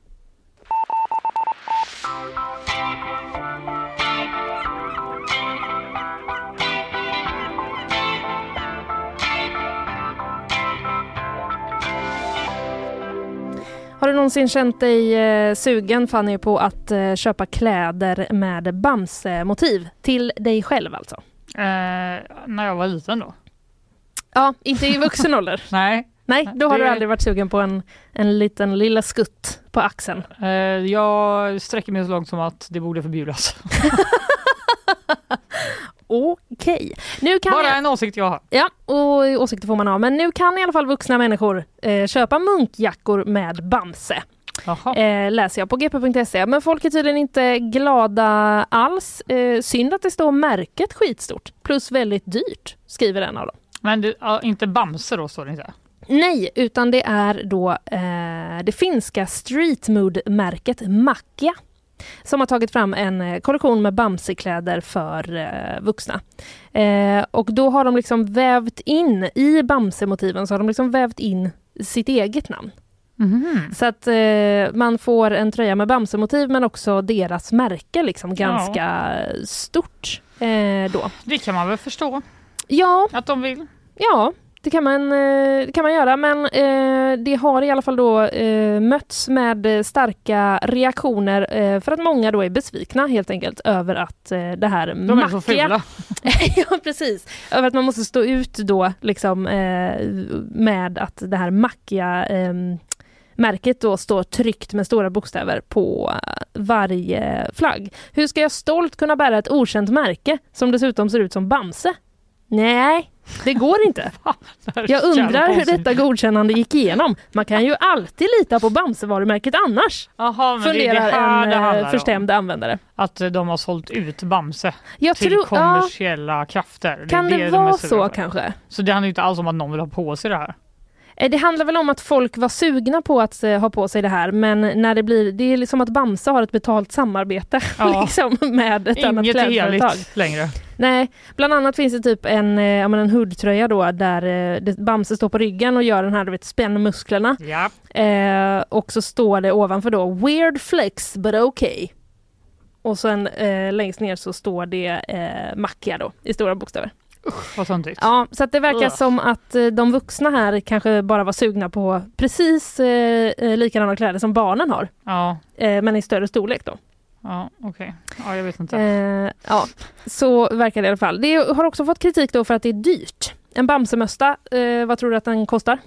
Har du någonsin känt dig eh, sugen, Fanny, på att eh, köpa kläder med Bamse-motiv till dig själv alltså? Eh, när jag var liten då. Ja, inte i vuxen ålder. Nej. Nej, då har Det- du aldrig varit sugen på en, en liten lilla skutt på axeln. Eh, jag sträcker mig så långt som att det borde förbjudas. Okej. Nu kan Bara jag... en åsikt jag har. Ja, och åsikter får man ha. Men nu kan i alla fall vuxna människor eh, köpa munkjackor med Bamse. Eh, läser jag på g p punkt se. Men folk är tydligen inte glada alls. Eh, synd att det står märket skitstort. Plus väldigt dyrt, skriver en av dem. Men det, ja, inte Bamse då står det inte. Nej, utan det är då eh, det finska streetmood-märket Macchia som har tagit fram en kollektion med Bamsekläder för eh, vuxna. Eh, och då har de liksom vävt in i Bamse-motiven så har de liksom vävt in sitt eget namn. Mm. Så att eh, man får en tröja med Bamse-motiv men också deras märke liksom ganska ja. stort eh, då. Det kan man väl förstå. Ja. Att de vill. Ja. Det kan man, det kan man göra, men eh, det har i alla fall då eh, mötts med starka reaktioner eh, för att många då är besvikna helt enkelt över att eh, det här De är så fula. Ja, precis. Över att man måste stå ut då liksom eh, med att det här Macchia eh, märket då står tryckt med stora bokstäver på varje flagg. Hur ska jag stolt kunna bära ett okänt märke som dessutom ser ut som Bamse? Nej, det går inte. Jag undrar hur detta godkännande gick igenom. Man kan ju alltid lita på Bamse-varumärket annars. Aha, men funderar det det en förstämd om. användare. Att de har sålt ut Bamse jag till tror, kommersiella ja, krafter. Det kan det, det vara så för. kanske? Så det handlar inte alls om att någon vill ha på sig det här. Det handlar väl om att folk var sugna på att uh, ha på sig det här, men när det blir, det är liksom att Bamse har ett betalt samarbete ja. liksom, med ett Inget annat klädföretag. längre. Nej, bland annat finns det typ en, eh, en hoodtröja då där eh, det, Bamse står på ryggen och gör den här, du vet, spänner musklerna. Ja. Eh, och så står det ovanför då weird flex but okay. Och sen eh, längst ner så står det eh, Macchia då i stora bokstäver. Usch, vad sånt. Ja, så att det verkar Ugh. som att eh, de vuxna här kanske bara var sugna på precis eh, likadana kläder som barnen har. Ja. Eh, men i större storlek då. Ja, okej. Okay. Ja, jag vet inte. Eh, ja, så verkar det i alla fall. Det har också fått kritik då för att det är dyrt. En Bamsemösta, eh, vad tror du att den kostar?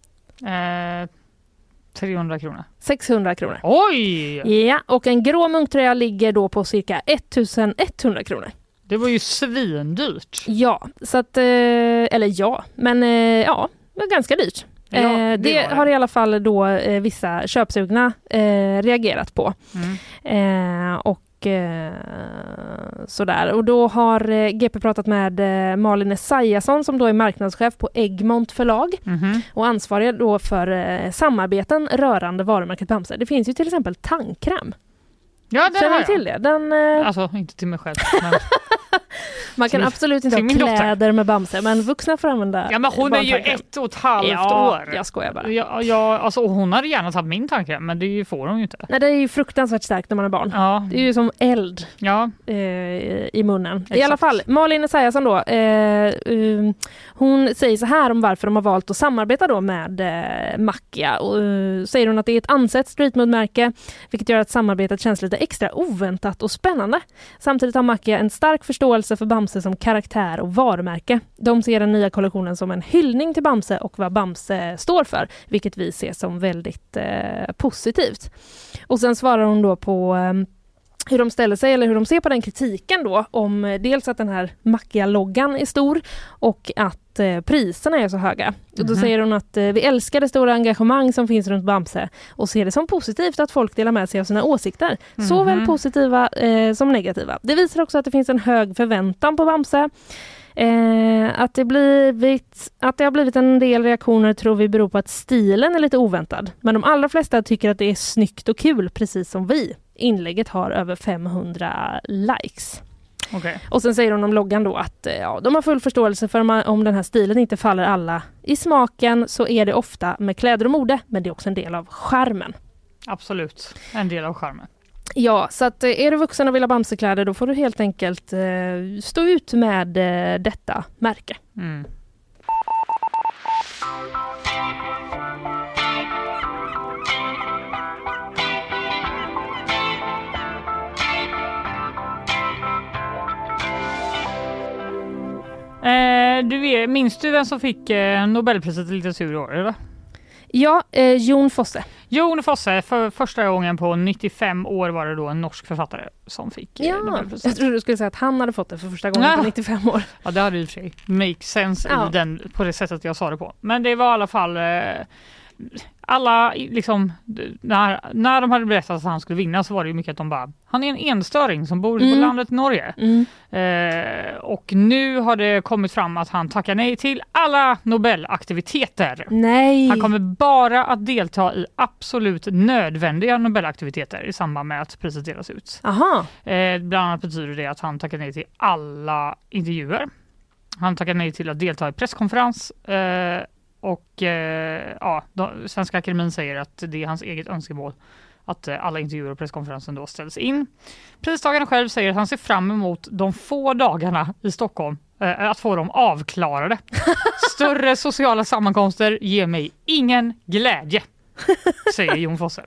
Eh, trehundra kronor. sexhundra kronor. Oj! Ja, och en grå munktröja ligger då på cirka ettusenetthundra kronor. Det var ju svindyrt. Ja, så att, eh, eller ja, men eh, ja, det var ganska dyrt. Ja, det, det, det har i alla fall då eh, vissa köpsugna eh, reagerat på. Mm. Eh, och eh, sådär. Och då har eh, G P pratat med eh, Malin Esaiasson som då är marknadschef på Egmont förlag mm. och ansvarig då för eh, samarbeten rörande varumärket Bamse. Det finns ju till exempel tandkräm. Ja, det Känner du till det? Den, eh... Alltså, inte till mig själv. Men... Man kan absolut inte ha kläder dotter. med Bamse, men vuxna får använda. Ja, men hon är ju ett och ett halvt ja, år. Jag skojar bara. Ja, ja, alltså, hon hade gärna tagit min tandkräm, men det får hon ju inte. Nej, det är ju fruktansvärt starkt när man är barn. Ja. Det är ju som eld ja. eh, i munnen. Exakt. I alla fall, Malin Esaiasson då, eh, uh, hon säger så här om varför de har valt att samarbeta då med eh, Macchia. Och, uh, säger hon att det är ett ansett streetmood-märke, vilket gör att samarbetet känns lite extra oväntat och spännande. Samtidigt har Macchia en stark förståelse för Bamse som karaktär och varumärke. De ser den nya kollektionen som en hyllning till Bamse och vad Bamse står för, vilket vi ser som väldigt eh, positivt. Och sen svarar hon då på eh, hur de ställer sig eller hur de ser på den kritiken då om eh, dels att den här Macchia-loggan är stor och att eh, priserna är så höga. Mm-hmm. Och då säger hon att eh, vi älskar det stora engagemang som finns runt Bamse och ser det som positivt att folk delar med sig av sina åsikter. Mm-hmm. Såväl positiva eh, som negativa. Det visar också att det finns en hög förväntan på Bamse. Eh, att, det blivit, att det har blivit en del reaktioner tror vi beror på att stilen är lite oväntad. Men de allra flesta tycker att det är snyggt och kul, precis som vi. Inlägget har över femhundra likes. Okay. Och sen säger hon om loggan då att ja, de har full förståelse för om, om den här stilen inte faller alla i smaken, så är det ofta med kläder och mode, men det är också en del av charmen. Absolut, en del av charmen. Ja, så att är du vuxen och vill ha Bamsekläder, då får du helt enkelt eh, stå ut med eh, detta märke. Mm. Eh, du är, minns du vem som fick eh, Nobelpriset i litteratur i år, eller? Ja, eh, Jon Fosse. Jon Fosse, för första gången på nittiofem år var det då en norsk författare som fick ja, Nobelpriset. Jag trodde du skulle säga att han hade fått det för första gången ja. på nittiofem år. Ja, det hade i och för sig make sense ja. i den, på det sättet jag sa det på. Men det var i alla fall eh, alla liksom, när, när de hade berättat att han skulle vinna så var det ju mycket att de bara, han är en enstöring som bor mm. på landet Norge. Mm. Eh, och nu har det kommit fram att han tackar nej till alla Nobelaktiviteter. Nej. Han kommer bara att delta i absolut nödvändiga Nobelaktiviteter i samband med att priset delas ut. Aha. Eh, bland annat betyder det att han tackar nej till alla intervjuer. Han tackar nej till att delta i presskonferens. Eh, och eh, ja, då, Svenska Akademin säger att det är hans eget önskemål att eh, alla intervjuer och presskonferensen då ställs in. Pristagaren själv säger att han ser fram emot de få dagarna i Stockholm eh, att få dem avklarade. Större sociala sammankomster ger mig ingen glädje, säger Jon Fosse.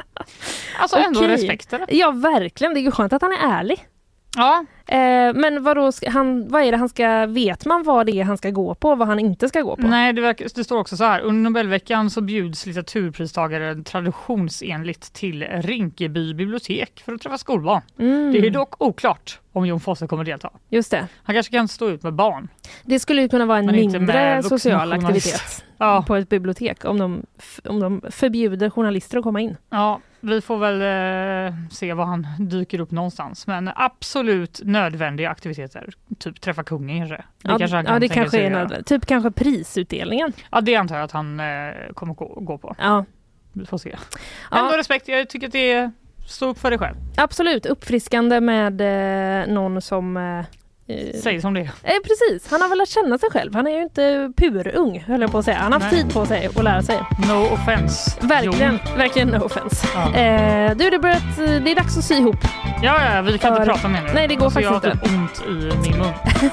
Alltså ändå Okej. respekt, eller? Ja, verkligen. Det är ju skönt att han är ärlig. Ja. Eh, men vadå, ska han, vad är det han ska, vet man vad det är han ska gå på, vad han inte ska gå på? Nej, det, verkar, det står också så här. Under Nobelveckan så bjuds litteraturpristagare traditionsenligt till Rinkeby bibliotek för att träffa skolbarn. Mm. Det är dock oklart om Jon Fosse kommer delta. Just det. Han kanske kan stå ut med barn. Det skulle ju kunna vara en Men inte mindre med social vuxna aktivitet Ja. på ett bibliotek om de, om de förbjuder journalister att komma in. Ja, vi får väl eh, se vad han dyker upp någonstans. Men absolut nödvändiga aktiviteter. Typ träffa kungen kanske. Det Ja, kanske han kan ja, det tänka kanske sig är göra. nödvändigt. Typ kanske prisutdelningen. Ja, det antar jag att han eh, kommer gå, gå på. Ja. Vi får se. Ja. Ändå respekt, jag tycker att det är stå upp för dig själv. Absolut, uppfriskande med eh, någon som... Eh, Säg som det är. Eh, precis, han har väl lärt känna sig själv. Han är ju inte purung, höll jag på att säga. Han har haft Nej. tid på sig att lära sig. No offense. Verkligen, Jo. verkligen no offense. Ja. Eh, du, det, börjat, det är dags att sy ihop. Ja, ja, vi kan För- inte prata mer nu. Nej, det går alltså, faktiskt jag har inte. typ ont i min mun.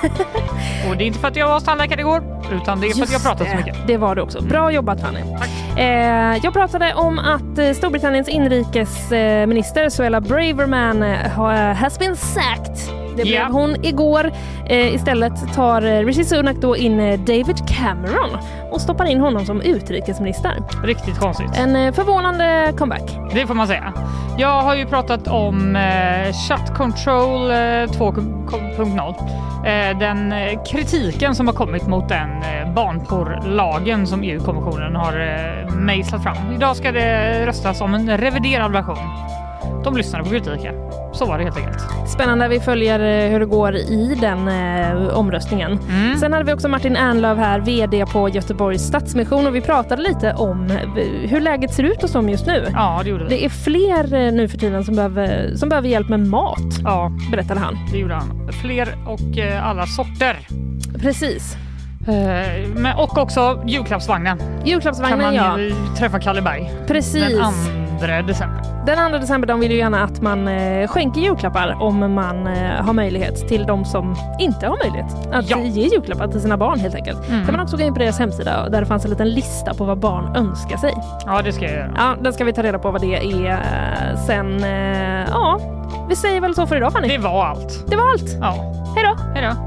Och det är inte för att jag var hos tandläkare igår, utan det är för att jag har pratat så mycket. Det var det också. Bra jobbat, Fanny. Eh, jag pratade om att eh, Storbritanniens inrikesminister Suella Braverman eh, ha- has been sacked. Det blev Ja. hon igår. Eh, istället tar eh, Rishi Sunak då in eh, David Cameron och stoppar in honom som utrikesminister. Riktigt konstigt. En eh, förvånande comeback. Det får man säga. Jag har ju pratat om eh, Shut Control eh, två punkt noll. Eh, den eh, kritiken som har kommit mot den eh, barnporrlagen som E U-kommissionen har eh, mejslat fram. Idag ska det röstas om en reviderad version. De lyssnade på kritiken. Så var det helt enkelt. Spännande, vi följer eh, hur det går i den eh, omröstningen. Mm. Sen hade vi också Martin Ernlöf här, vd på Göteborgs Stadsmission, och vi pratade lite om eh, hur läget ser ut hos dem just nu. Ja, det gjorde vi. Det är fler eh, nu för tiden som behöver, som behöver hjälp med mat, Ja, berättade han. det gjorde han. Fler och eh, alla sorter. Precis. Eh, men, och också julklappsvagnen. Julklappsvagnen, kan man ja. ju träffa Kalle Berg. Precis. Den andra december. Den andra december, de vill ju gärna att man eh, skänker julklappar om man eh, har möjlighet till de som inte har möjlighet att Ja. ge julklappar till sina barn helt enkelt. Mm. Kan man också gå in på deras hemsida där det fanns en liten lista på vad barn önskar sig. Ja, det ska jag göra. Ja, den ska vi ta reda på vad det är sen. Eh, ja, vi säger väl så för idag, Fanny. Det var allt. Det var allt. Ja. Hej då. Hej då.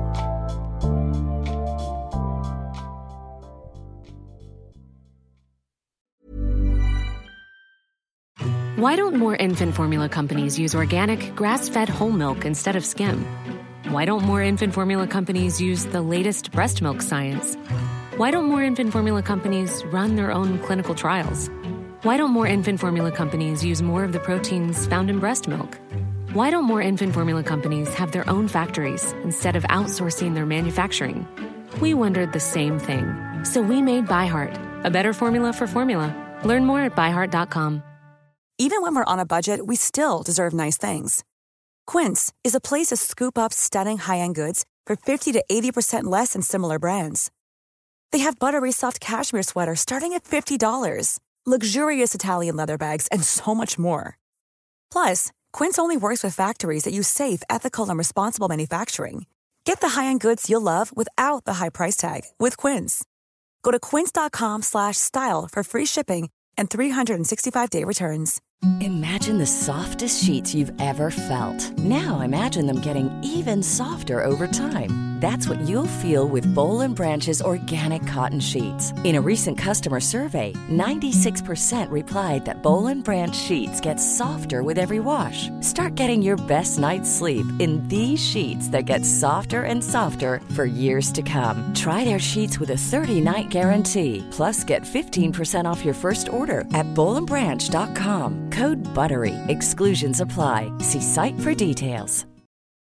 Why don't more infant formula companies use organic, grass-fed whole milk instead of skim? Why don't more infant formula companies use the latest breast milk science? Why don't more infant formula companies run their own clinical trials? Why don't more infant formula companies use more of the proteins found in breast milk? Why don't more infant formula companies have their own factories instead of outsourcing their manufacturing? We wondered the same thing. So we made ByHeart, a better formula for formula. Learn more at by heart dot com. Even when we're on a budget, we still deserve nice things. Quince is a place to scoop up stunning high-end goods for fifty to eighty percent less than similar brands. They have buttery soft cashmere sweaters starting at fifty dollars, luxurious Italian leather bags, and so much more. Plus, Quince only works with factories that use safe, ethical, and responsible manufacturing. Get the high-end goods you'll love without the high price tag with Quince. Go to quince dot com slash style for free shipping and three sixty-five day returns. Imagine the softest sheets you've ever felt. Now imagine them getting even softer over time. That's what you'll feel with Bowl and Branch's organic cotton sheets. In a recent customer survey, ninety-six percent replied that Bowl and Branch sheets get softer with every wash. Start getting your best night's sleep in these sheets that get softer and softer for years to come. Try their sheets with a thirty-night guarantee. Plus, get fifteen percent off your first order at bowl and branch dot com. Code BUTTERY. Exclusions apply. See site for details.